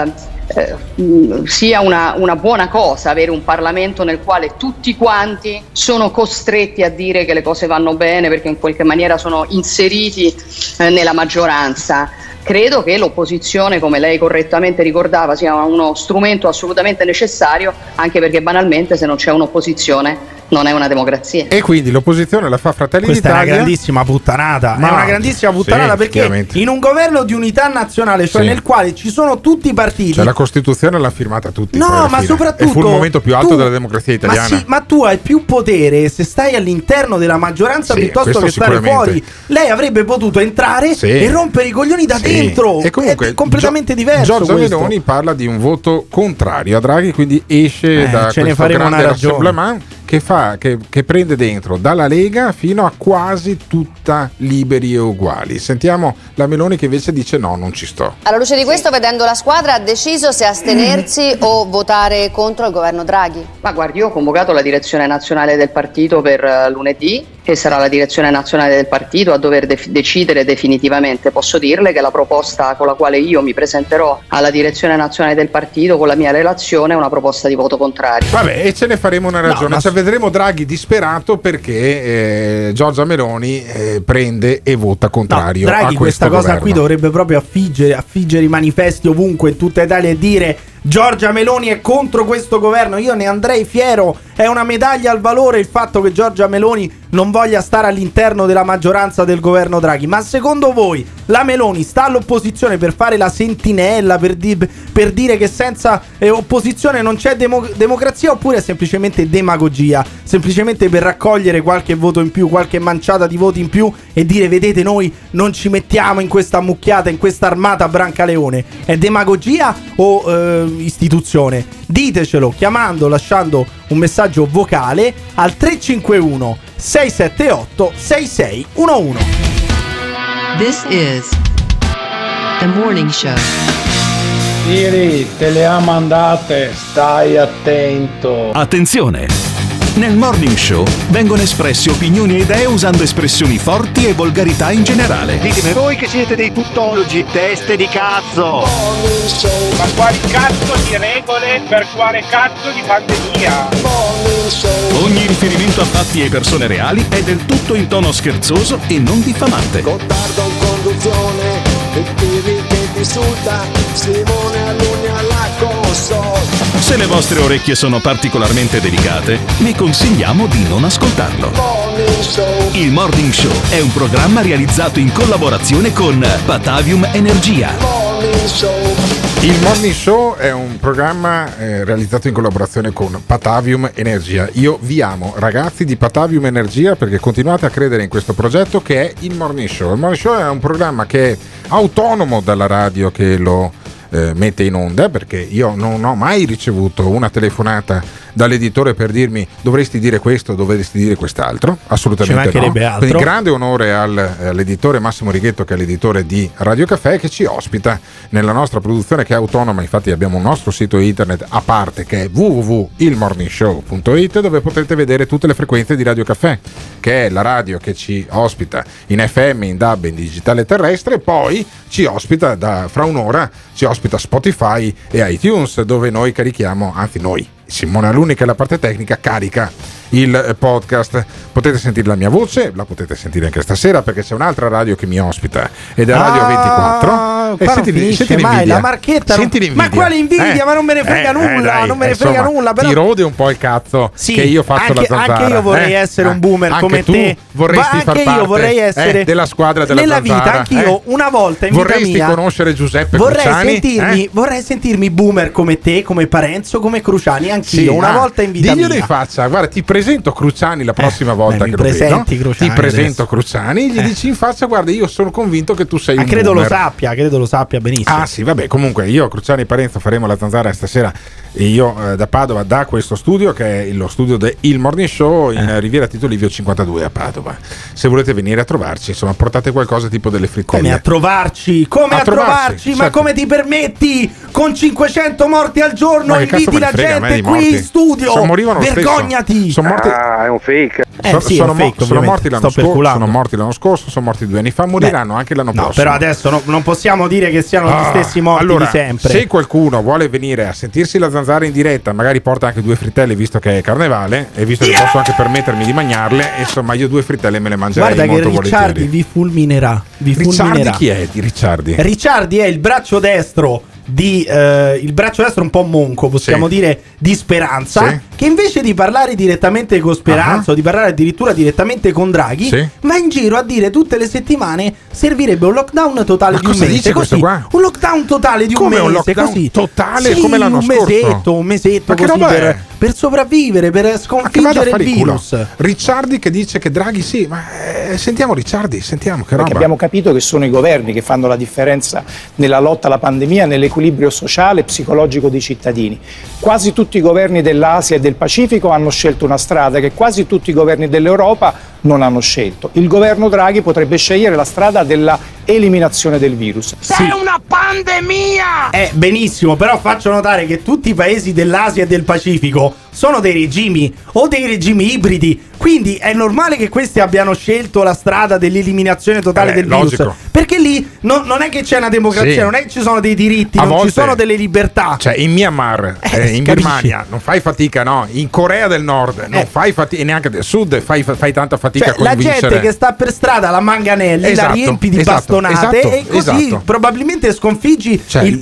sia una buona cosa avere un Parlamento nel quale tutti quanti sono costretti a dire che le cose vanno bene perché in qualche maniera sono inseriti nella maggioranza. Credo che l'opposizione, come lei correttamente ricordava, sia uno strumento assolutamente necessario, anche perché banalmente se non c'è un'opposizione non è una democrazia. E quindi l'opposizione la fa Fratelli Questa d'Italia. È una grandissima puttanata. È una grandissima puttanata perché in un governo di unità nazionale, cioè nel quale ci sono tutti i partiti. Cioè la Costituzione l'ha firmata tutti. No, ma soprattutto e fu il momento più alto della democrazia italiana. Ma tu hai più potere se stai all'interno della maggioranza piuttosto che stare fuori. Lei avrebbe potuto entrare e rompere i coglioni da dentro. E comunque è completamente diverso. Giorgia Meloni parla di un voto contrario a Draghi, quindi esce da questo grande rassemblement che prende dentro dalla Lega fino a quasi tutta Liberi e Uguali. Sentiamo la Meloni che invece dice no, non ci sto. Alla luce di questo, vedendo la squadra, ha deciso se astenersi o votare contro il governo Draghi? Ma guardi, io ho convocato la direzione nazionale del partito per lunedì e sarà la direzione nazionale del partito a dover decidere definitivamente. Posso dirle che la proposta con la quale io mi presenterò alla direzione nazionale del partito con la mia relazione è una proposta di voto contrario. Vabbè, e ce ne faremo una ragione. Vedremo Draghi disperato perché Giorgia Meloni prende e vota contrario Draghi a questa cosa governo. Qui dovrebbe proprio affiggere i manifesti ovunque in tutta Italia e dire: Giorgia Meloni è contro questo governo. Io ne andrei fiero. È una medaglia al valore il fatto che Giorgia Meloni non voglia stare all'interno della maggioranza del governo Draghi. Ma secondo voi la Meloni sta all'opposizione per fare la sentinella, per dire che senza opposizione non c'è democrazia, oppure è semplicemente demagogia, semplicemente per raccogliere qualche voto in più, qualche manciata di voti in più e dire: vedete, noi non ci mettiamo in questa ammucchiata, in questa armata Brancaleone? È demagogia o istituzione? Ditecelo chiamando, lasciando un messaggio vocale al 351 678 6611. This is The Morning Show. Siri, te le ha mandate, stai attento. Attenzione! Nel Morning Show vengono espresse opinioni e idee usando espressioni forti e volgarità in generale. Ditemi voi che siete dei tuttologi, teste di cazzo! Ma quali cazzo di regole per quale cazzo di pandemia? Ogni riferimento a fatti e persone reali è del tutto in tono scherzoso e non diffamante. Gottardo in conduzione, il Piri che ti insulta, Simone Alunni alla console. Se le vostre orecchie sono particolarmente delicate, vi consigliamo di non ascoltarlo. Il Morning Show è un programma realizzato in collaborazione con Patavium Energia. Il Morning Show è un programma realizzato in collaborazione con Patavium Energia. Io vi amo, ragazzi di Patavium Energia, perché continuate a credere in questo progetto che è il Morning Show. Il Morning Show è un programma che è autonomo dalla radio che lo mette in onda, perché io non ho mai ricevuto una telefonata dall'editore per dirmi dovresti dire questo, dovresti dire quest'altro, assolutamente no. Altro. Quindi grande onore all'editore Massimo Righetto, che è l'editore di Radio Caffè, che ci ospita nella nostra produzione che è autonoma. Infatti abbiamo un nostro sito internet a parte che è www.ilmorningshow.it, dove potete vedere tutte le frequenze di Radio Caffè, che è la radio che ci ospita in FM, in DAB, in digitale terrestre, e poi ci ospita fra un'ora ci ospita Spotify e iTunes, dove noi carichiamo, anzi noi Simone Alunni, che è la parte tecnica, carica il podcast. Potete sentire la mia voce, la potete sentire anche stasera perché c'è un'altra radio che mi ospita ed è Radio 24. Senti mai la marchetta, ma quale invidia? Ma non me ne frega nulla, non me ne frega nulla. Però... ti rode un po' il cazzo che io faccio la zanzara. Anche io vorrei essere un boomer come te. Vorresti far parte io vorrei essere della squadra della nella zanzara. Vita, anch'io una volta in vita vorresti mia conoscere Giuseppe Cruciani. Vorrei sentirmi boomer come te, come Parenzo, come Cruciani. Anch'io una volta in vita mia. Diglielo in faccia, guarda, ti presento Cruciani la prossima volta che lo vedo. Ti presento Cruciani, gli dici in faccia: guarda, io sono convinto che tu sei un credo boomer. Credo lo sappia benissimo. Ah sì, vabbè, comunque io, Cruciani e Parenzo faremo la zanzara stasera. Io da Padova, da questo studio che è lo studio del Morning Show in Riviera Tito Livio 52 a Padova. Se volete venire a trovarci, insomma, portate qualcosa tipo delle frittelle. Come a trovarci? Certo. Ma come ti permetti? Con 500 morti al giorno inviti la gente qui in studio. Vergognati. Sono morti. È un fake. Sono morti l'anno scorso, sono morti 2 anni fa, moriranno anche l'anno prossimo. Però adesso non possiamo dire che siano gli stessi morti di sempre. Se qualcuno vuole venire a sentirsi la zanzara in diretta, magari porta anche 2 frittelle visto che è carnevale e visto che posso anche permettermi di mangiarle, insomma io 2 frittelle me le mangerei. Guarda molto che Ricciardi vi fulminerà. Ricciardi chi è di Ricciardi? Ricciardi è il braccio destro il braccio destro un po' monco, possiamo dire, di Speranza, che invece di parlare direttamente con Speranza o di parlare addirittura direttamente con Draghi, va in giro a dire tutte le settimane servirebbe un lockdown totale di un mese, così. Un lockdown totale di un mese, un lockdown così. Totale come l'anno scorso. Un mesetto così per sopravvivere, per sconfiggere il virus. Ricciardi che dice che Draghi sentiamo Ricciardi, sentiamo che roba. Perché abbiamo capito che sono i governi che fanno la differenza nella lotta alla pandemia, nell'equilibrio sociale e psicologico dei cittadini. Quasi tutti i governi dell'Asia e del Pacifico hanno scelto una strada che quasi tutti i governi dell'Europa non hanno scelto. Il governo Draghi potrebbe scegliere la strada della eliminazione del virus. C'è una pandemia! Benissimo, però faccio notare che tutti i paesi dell'Asia e del Pacifico sono dei regimi o dei regimi ibridi, quindi è normale che questi abbiano scelto la strada dell'eliminazione totale del virus, perché lì non è che c'è una democrazia, non è che ci sono dei diritti, non ci sono delle libertà. Cioè in Myanmar, in Birmania non fai fatica, no? In Corea del Nord non fai fatica, e neanche del Sud fai tanta fatica a convincere. La gente che sta per strada la manganelli, la riempi di bastonate e così probabilmente sconfiggi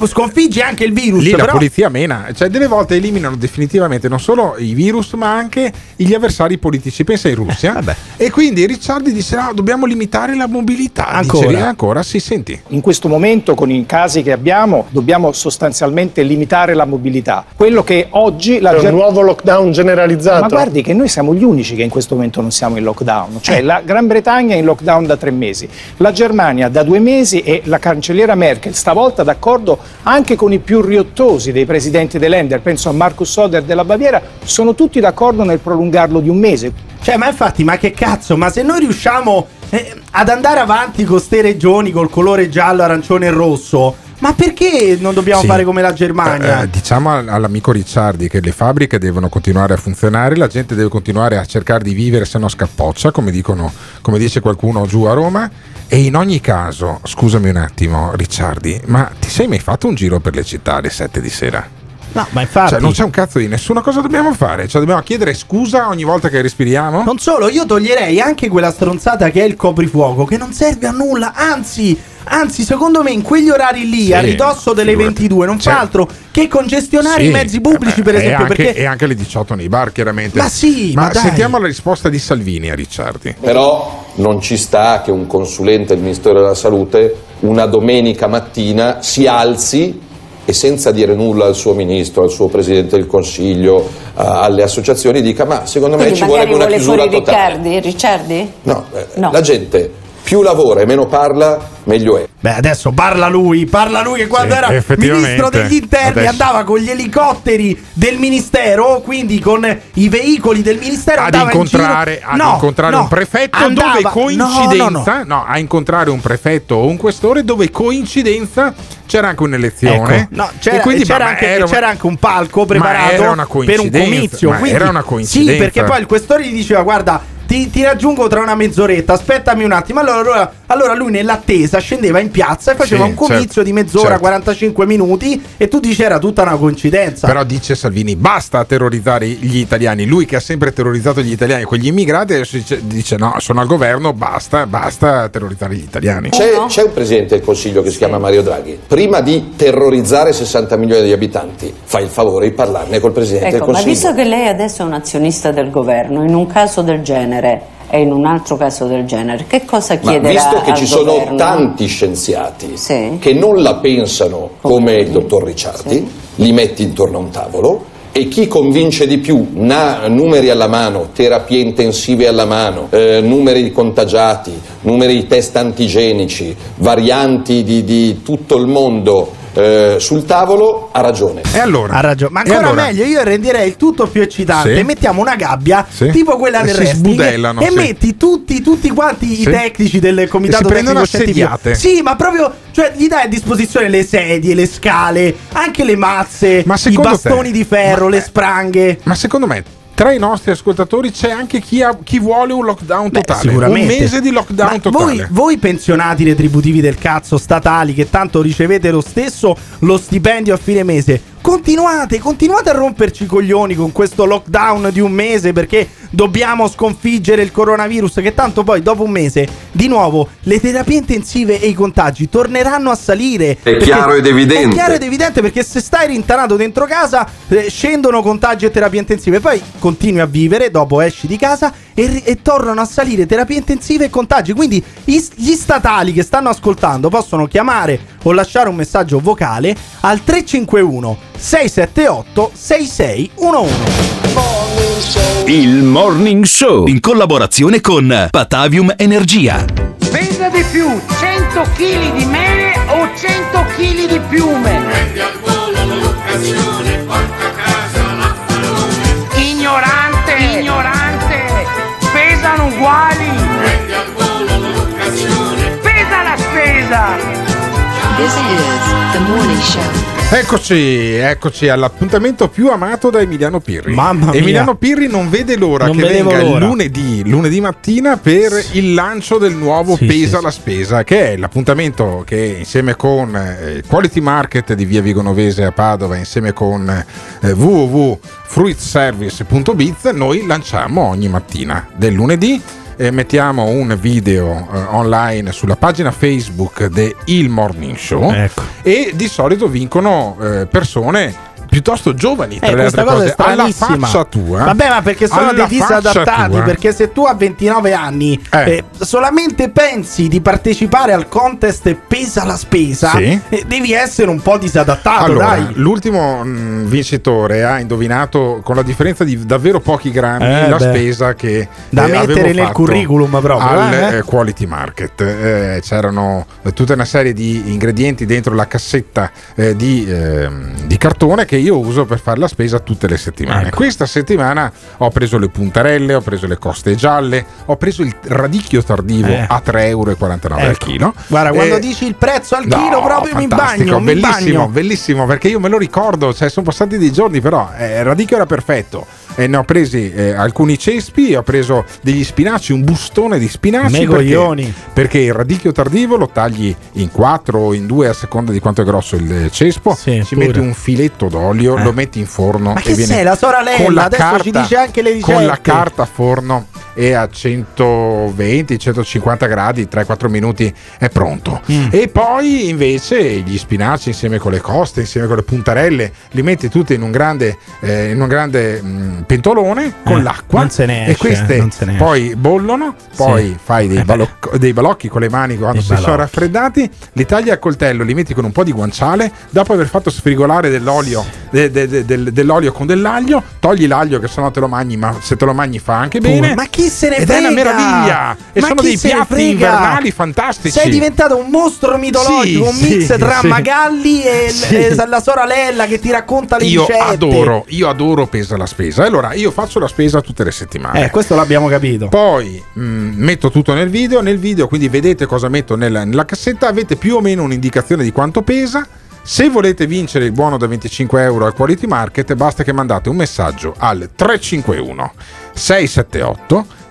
anche il virus. Lì la polizia mena, cioè delle volte eliminano definitivamente non solo i virus ma anche gli avversari politici. Pensa in Russia e quindi Ricciardi dice dobbiamo limitare la mobilità ancora si senti. In questo momento con i casi che abbiamo dobbiamo sostanzialmente limitare la mobilità. Quello che oggi un nuovo lockdown generalizzato. Ma guardi che noi siamo gli unici che in questo momento non siamo in lockdown, cioè la Gran Bretagna è in lockdown da 3 mesi, la Germania da 2 mesi e la cancelliera Merkel stavolta d'accordo anche con i più riottosi dei presidenti dei Länder, penso a Markus Söder della Baviera, sono tutti d'accordo nel prolungarlo di 1 mese. Cioè, ma infatti, ma che cazzo, ma se noi riusciamo ad andare avanti con ste regioni col colore giallo, arancione e rosso, ma perché non dobbiamo fare come la Germania? Diciamo all'amico Ricciardi che le fabbriche devono continuare a funzionare, la gente deve continuare a cercare di vivere, se no scappoccia, come dice qualcuno giù a Roma. E in ogni caso, scusami un attimo Ricciardi, ma ti sei mai fatto un giro per le città alle 7 di sera? No, ma infatti, cioè, non c'è un cazzo di nessuna cosa dobbiamo fare, cioè dobbiamo chiedere scusa ogni volta che respiriamo. Non solo, io toglierei anche quella stronzata che è il coprifuoco, che non serve a nulla, anzi secondo me in quegli orari lì a ridosso delle 22 non fa altro che congestionare i mezzi pubblici, per esempio, e anche le 18 nei bar, chiaramente. Ma dai. Sentiamo la risposta di Salvini a Ricciardi. Però non ci sta che un consulente del Ministero della Salute una domenica mattina si alzi e senza dire nulla al suo ministro, al suo presidente del Consiglio, alle associazioni dica ma secondo me ci vorrebbe una chiusura totale. Ricciardi? No. La gente più lavora e meno parla meglio è. Beh, adesso parla lui che quando era ministro degli interni andava con gli elicotteri del ministero, quindi con i veicoli del ministero ad incontrare un prefetto dove coincidenza a incontrare un prefetto o un questore dove coincidenza c'era anche un'elezione, c'era anche un palco preparato per un comizio, era una coincidenza. Sì, perché poi il questore gli diceva guarda ti raggiungo tra una mezz'oretta, aspettami un attimo. Allora allora lui nell'attesa scendeva in piazza e faceva un comizio di mezz'ora, 45 minuti, e tu dici era tutta una coincidenza. Però dice Salvini, basta terrorizzare gli italiani. Lui che ha sempre terrorizzato gli italiani con gli immigrati, adesso dice no, sono al governo, basta terrorizzare gli italiani. C'è un presidente del Consiglio che si chiama Mario Draghi. Prima di terrorizzare 60 milioni di abitanti, fai il favore di parlarne col presidente del Consiglio. Ma visto che lei adesso è un azionista del governo, in un caso del genere e in un altro caso del genere, che cosa chiederà? Ma visto che ci sono governo? tanti scienziati che non la pensano come il dottor Ricciardi, li metti intorno a un tavolo e chi convince di più, numeri alla mano, terapie intensive alla mano, numeri di contagiati, numeri di test antigenici, varianti di tutto il mondo sul tavolo, ha ragione. E allora? Ha ragione. Ma ancora meglio, io renderei il tutto più eccitante. Mettiamo una gabbia tipo quella del wrestling e metti tutti quanti i tecnici del comitato tecnico scientifico. Sì, ma proprio, cioè gli dai a disposizione le sedie, le scale, anche le mazze, i bastoni di ferro, le spranghe. Ma secondo me tra i nostri ascoltatori c'è anche chi vuole un lockdown totale, sicuramente. Un mese di lockdown totale. Voi pensionati retributivi del cazzo statali che tanto ricevete lo stesso lo stipendio a fine mese, continuate a romperci i coglioni con questo lockdown di un mese perché dobbiamo sconfiggere il coronavirus, che tanto poi dopo un mese di nuovo le terapie intensive e i contagi torneranno a salire. È chiaro ed evidente. È chiaro ed evidente, perché se stai rintanato dentro casa scendono contagi e terapie intensive, poi continui a vivere, dopo esci di casa e tornano a salire terapie intensive e contagi. Quindi gli statali che stanno ascoltando possono chiamare o lasciare un messaggio vocale al 351 678 6611. Il Morning Show in collaborazione con Patavium Energia. Pesa di più 100 kg di mele o 100 kg di piume? Prendi al volo l'occasione, porta a casa l'affarone. Ignorante, pesano uguali. Prendi al volo l'occasione. Pesa la spesa. This is the Morning Show. Eccoci all'appuntamento più amato da Emiliano Pirri. Mamma mia. Emiliano Pirri non vede l'ora che venga il lunedì mattina per il lancio del nuovo Pesa la Spesa, che è l'appuntamento che insieme con Quality Market di via Vigonovese a Padova, insieme con www.fruitservice.biz, noi lanciamo ogni mattina del lunedì. Mettiamo un video online sulla pagina Facebook de Il Morning Show, e di solito vincono persone piuttosto giovani, tra le altre cose, alla faccia tua. Vabbè, ma perché sono dei disadattati, perché se tu a 29 anni solamente pensi di partecipare al contest Pesa la Spesa, devi essere un po' disadattato. Allora, dai. L'ultimo vincitore ha indovinato con la differenza di davvero pochi grammi la spesa che da mettere nel curriculum proprio al Quality Market. C'erano tutta una serie di ingredienti dentro la cassetta di cartone che io uso per fare la spesa tutte le settimane. Questa settimana ho preso le puntarelle, ho preso le coste gialle, ho preso il radicchio tardivo a 3,49 € al chilo. Guarda, quando dici il prezzo al chilo proprio mi bagno. Bellissimo, perché io me lo ricordo, sono passati dei giorni, però il radicchio era perfetto. Ne ho presi alcuni cespi, ho preso degli spinaci, un bustone di spinaci, perché il radicchio tardivo lo tagli in 4 o in 2 a seconda di quanto è grosso il cespo, ci metti un filetto d'olio, lo metti in forno. Ma che sei, la sorella? Con la adesso carta, ci dice anche le ricette. Con la carta a forno e a 120-150 gradi, 3-4 minuti è pronto. E poi invece gli spinaci insieme con le coste, insieme con le puntarelle, li metti tutti in un grande pentolone con l'acqua, non se ne esce, e queste poi bollono, poi fai dei balocchi con le mani quando si sono raffreddati, li tagli a coltello, li metti con un po' di guanciale, dopo aver fatto sfrigolare dell'olio dell'olio con dell'aglio, togli l'aglio che sennò te lo mangi, ma se te lo mangi fa anche bene. Ma chi se ne frega? Ed è una meraviglia, e sono dei piatti invernali fantastici. Sei diventato un mostro mitologico, un mix tra Magalli e la sorella che ti racconta le ricette. Io adoro Pesa la Spesa. Allora io faccio la spesa tutte le settimane, questo l'abbiamo capito. Poi metto tutto nel video, quindi vedete cosa metto nella cassetta, avete più o meno un'indicazione di quanto pesa. Se volete vincere il buono da 25 € al Quality Market, basta che mandate un messaggio al 351 678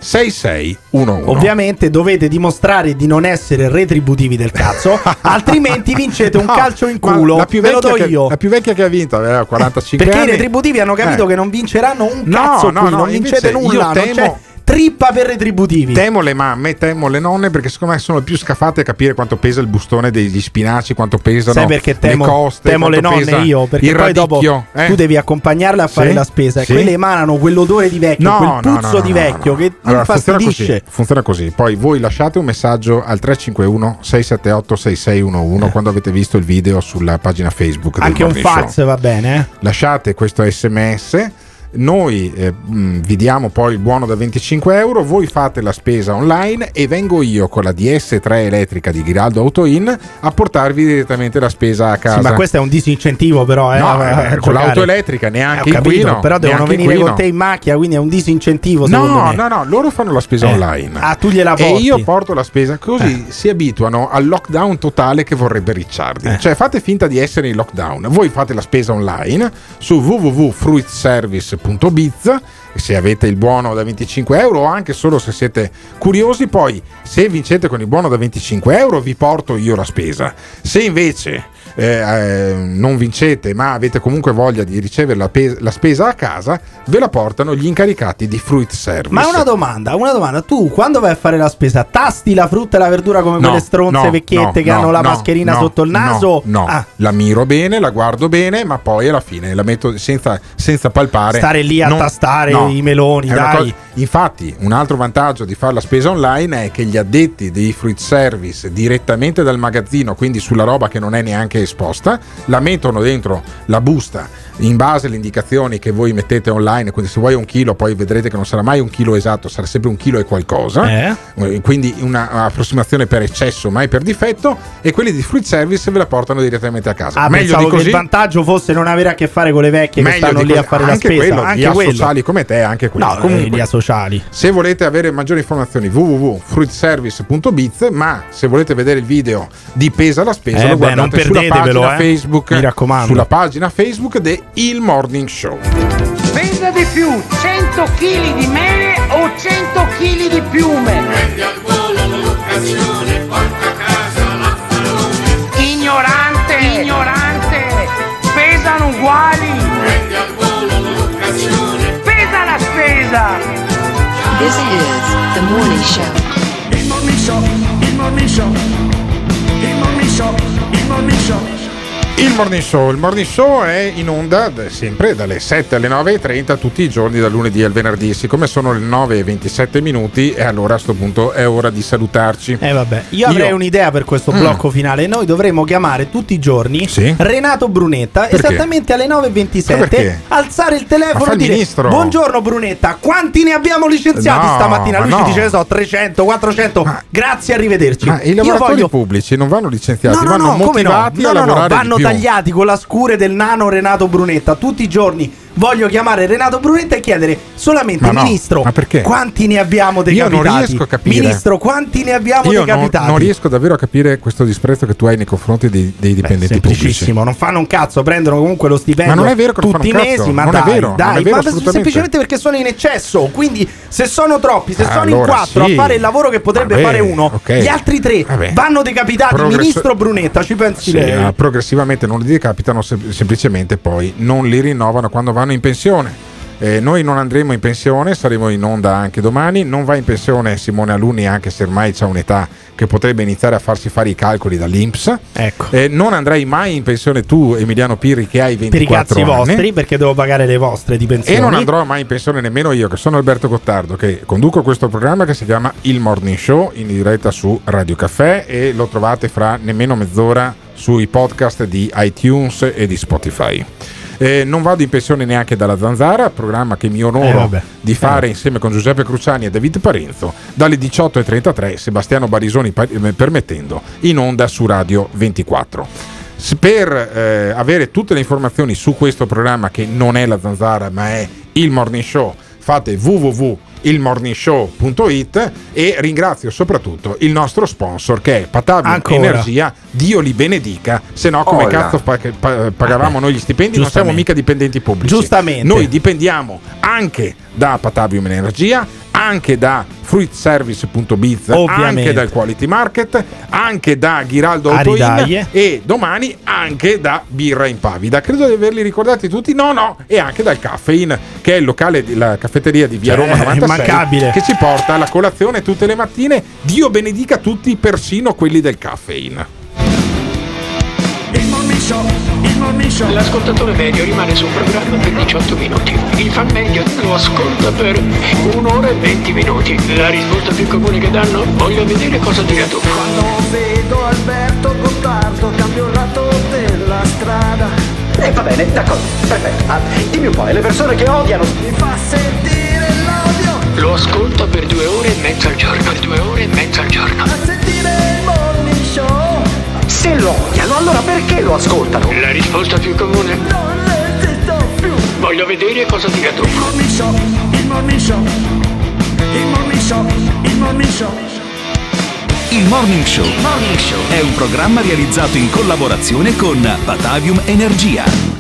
6611. Ovviamente dovete dimostrare di non essere retributivi del cazzo, altrimenti vincete un calcio in culo. La più vecchia che ha vinto aveva 45 perché anni. I retributivi hanno capito che non vinceranno un cazzo qui, non vincete nulla, non c'è trippa per retributivi. Temo le mamme, temo le nonne, perché secondo me sono le più scafate a capire quanto pesa il bustone degli spinaci, quanto pesano. Sai perché temo, le coste, temo le nonne io, perché poi dopo tu devi accompagnarle a fare la spesa e quelle emanano quell'odore di vecchio, quel puzzo di vecchio che infastidisce. Funziona così. Poi voi lasciate un messaggio al 351 678 6611 quando avete visto il video sulla pagina Facebook del anche un Morning fax Show. va bene. Lasciate questo SMS. Noi vi diamo poi il buono da 25 euro, voi fate la spesa online e vengo io con la DS3 elettrica di Ghiraldo Auto-In a portarvi direttamente la spesa a casa. Sì, ma questo è un disincentivo però. Con l'auto elettrica neanche inquino. Però devono venire con te in macchina, quindi è un disincentivo secondo me. No, loro fanno la spesa online. Tu gliela porti. E io porto la spesa, così si abituano al lockdown totale che vorrebbe Ricciardi. Cioè fate finta di essere in lockdown, voi fate la spesa online su www.fruitservice.biz. Se avete il buono da 25 euro o anche solo se siete curiosi, poi se vincete con il buono da 25 euro vi porto io la spesa. Se invece non vincete ma avete comunque voglia di ricevere la spesa a casa, ve la portano gli incaricati di Fruit Service. Ma una domanda, tu quando vai a fare la spesa tasti la frutta e la verdura come quelle stronze vecchiette che hanno la mascherina sotto il naso? No, la miro bene, la guardo bene, ma poi alla fine la metto senza palpare, stare lì a tastare i meloni, dai. Infatti un altro vantaggio di fare la spesa online è che gli addetti dei Fruit Service direttamente dal magazzino, quindi sulla roba che non è neanche esposta, la mettono dentro la busta in base alle indicazioni che voi mettete online, quindi se vuoi 1 chilo poi vedrete che non sarà mai 1 chilo esatto, sarà sempre 1 chilo e qualcosa, quindi una approssimazione per eccesso mai per difetto, e quelli di Fruit Service ve la portano direttamente a casa. Meglio di così. Che il vantaggio fosse non avere a che fare con le vecchie che stanno lì a fare la spesa, anche quello, sociali come te, anche quello. Comunque, sociali. Se volete avere maggiori informazioni www.fruitservice.biz, ma se volete vedere il video di Pesa la spesa lo guardate sulla pagina Facebook, mi raccomando, sulla pagina Facebook de Il Morning Show. Pesa di più 100 kg di mele o 100 kg di piume? Prendi al volo l'occasione, porta a casa l'affarone. Ignorante, pesano uguali. Prendi al volo l'occasione, pesa la spesa. This is the morning show. Il Morning Show, il Morning Show, il Morning Show, il Morning Show. Il Morning Show è in onda sempre dalle 7 alle 9:30 tutti i giorni, dal lunedì al venerdì. Siccome sono le 9:27 e allora a sto punto è ora di salutarci. Io avrei un'idea per questo blocco finale. Noi dovremmo chiamare tutti i giorni Renato Brunetta esattamente alle 9:27, alzare il telefono e dire: ministro. Buongiorno Brunetta, quanti ne abbiamo licenziati stamattina? Lui ci dice 300, 400. Grazie, arrivederci. Ma i lavoratori pubblici non vanno licenziati, vanno motivati a lavorare vanno di più. Tagliati con la scure del nano Renato Brunetta tutti i giorni. Voglio chiamare Renato Brunetta e chiedere solamente: Ministro, quanti ne abbiamo decapitati? Io non riesco a capire. Ministro, quanti ne abbiamo decapitati? Non riesco davvero a capire questo disprezzo che tu hai nei confronti dei dipendenti pubblici. Non fanno un cazzo, prendono comunque lo stipendio. Ma non è vero che tutti i mesi, ma non dai, è vero, dai, non è vero, ma semplicemente perché sono in eccesso. Quindi se sono troppi, se sono in 4 a fare il lavoro che potrebbe fare uno, gli altri 3 vanno decapitati. Ministro Brunetta, ci pensi lei? Progressivamente non li decapitano, semplicemente poi non li rinnovano quando vanno in pensione. Noi non andremo in pensione, saremo in onda anche domani. Non va in pensione Simone Alunni, anche se ormai c'ha un'età che potrebbe iniziare a farsi fare i calcoli dall'INPS. Non andrai mai in pensione tu, Emiliano Pirri, che hai 24 per i cazzi anni vostri, perché devo pagare le vostre di pensione. E non andrò mai in pensione nemmeno io, che sono Alberto Gottardo, che conduco questo programma che si chiama Il Morning Show, in diretta su Radio Caffè, e lo trovate fra nemmeno mezz'ora sui podcast di iTunes e di Spotify. Non vado in pensione neanche dalla Zanzara, programma che mi onoro di fare insieme con Giuseppe Cruciani e David Parenzo, dalle 18:33, Sebastiano Barisoni permettendo, in onda su Radio 24. Per avere tutte le informazioni su questo programma, che non è la Zanzara ma è il Morning Show, fate www.ilmorningshow.it, e ringrazio soprattutto il nostro sponsor che è Patavium Energia. Dio li benedica, se no come cazzo pagavamo noi gli stipendi? Non siamo mica dipendenti pubblici. Giustamente. Noi dipendiamo anche da Patavium Energia anche da fruitservice.biz, anche dal Quality Market, anche da Ghiraldo Autoin e domani anche da Birra Impavida. Credo di averli ricordati tutti. No, e anche dal Caffeine, che è il locale, la caffetteria di Via Roma 96, immancabile, che ci porta la colazione tutte le mattine. Dio benedica tutti, persino quelli del Caffeine. Il Morning Show. L'ascoltatore medio rimane sul programma per 18 minuti. Il fan medio lo ascolta per 1 ora e 20 minuti. La risposta più comune che danno: voglio vedere cosa dirà tu. Quando vedo Alberto Gottardo cambio il lato della strada. Va bene, d'accordo, perfetto. Dimmi un po', le persone che odiano mi fa sentire l'odio. Lo ascolta per 2 ore e mezza al giorno. Per 2 ore e mezza al giorno. A sentire il Morning Show. Se lo odiano, allora perché lo ascoltano? La risposta più comune: non resisto più. Voglio vedere cosa dirà tu. Il Morning Show, il Morning Show, il Morning Show, il Morning Show. Il Morning Show è un programma realizzato in collaborazione con Batavium Energia.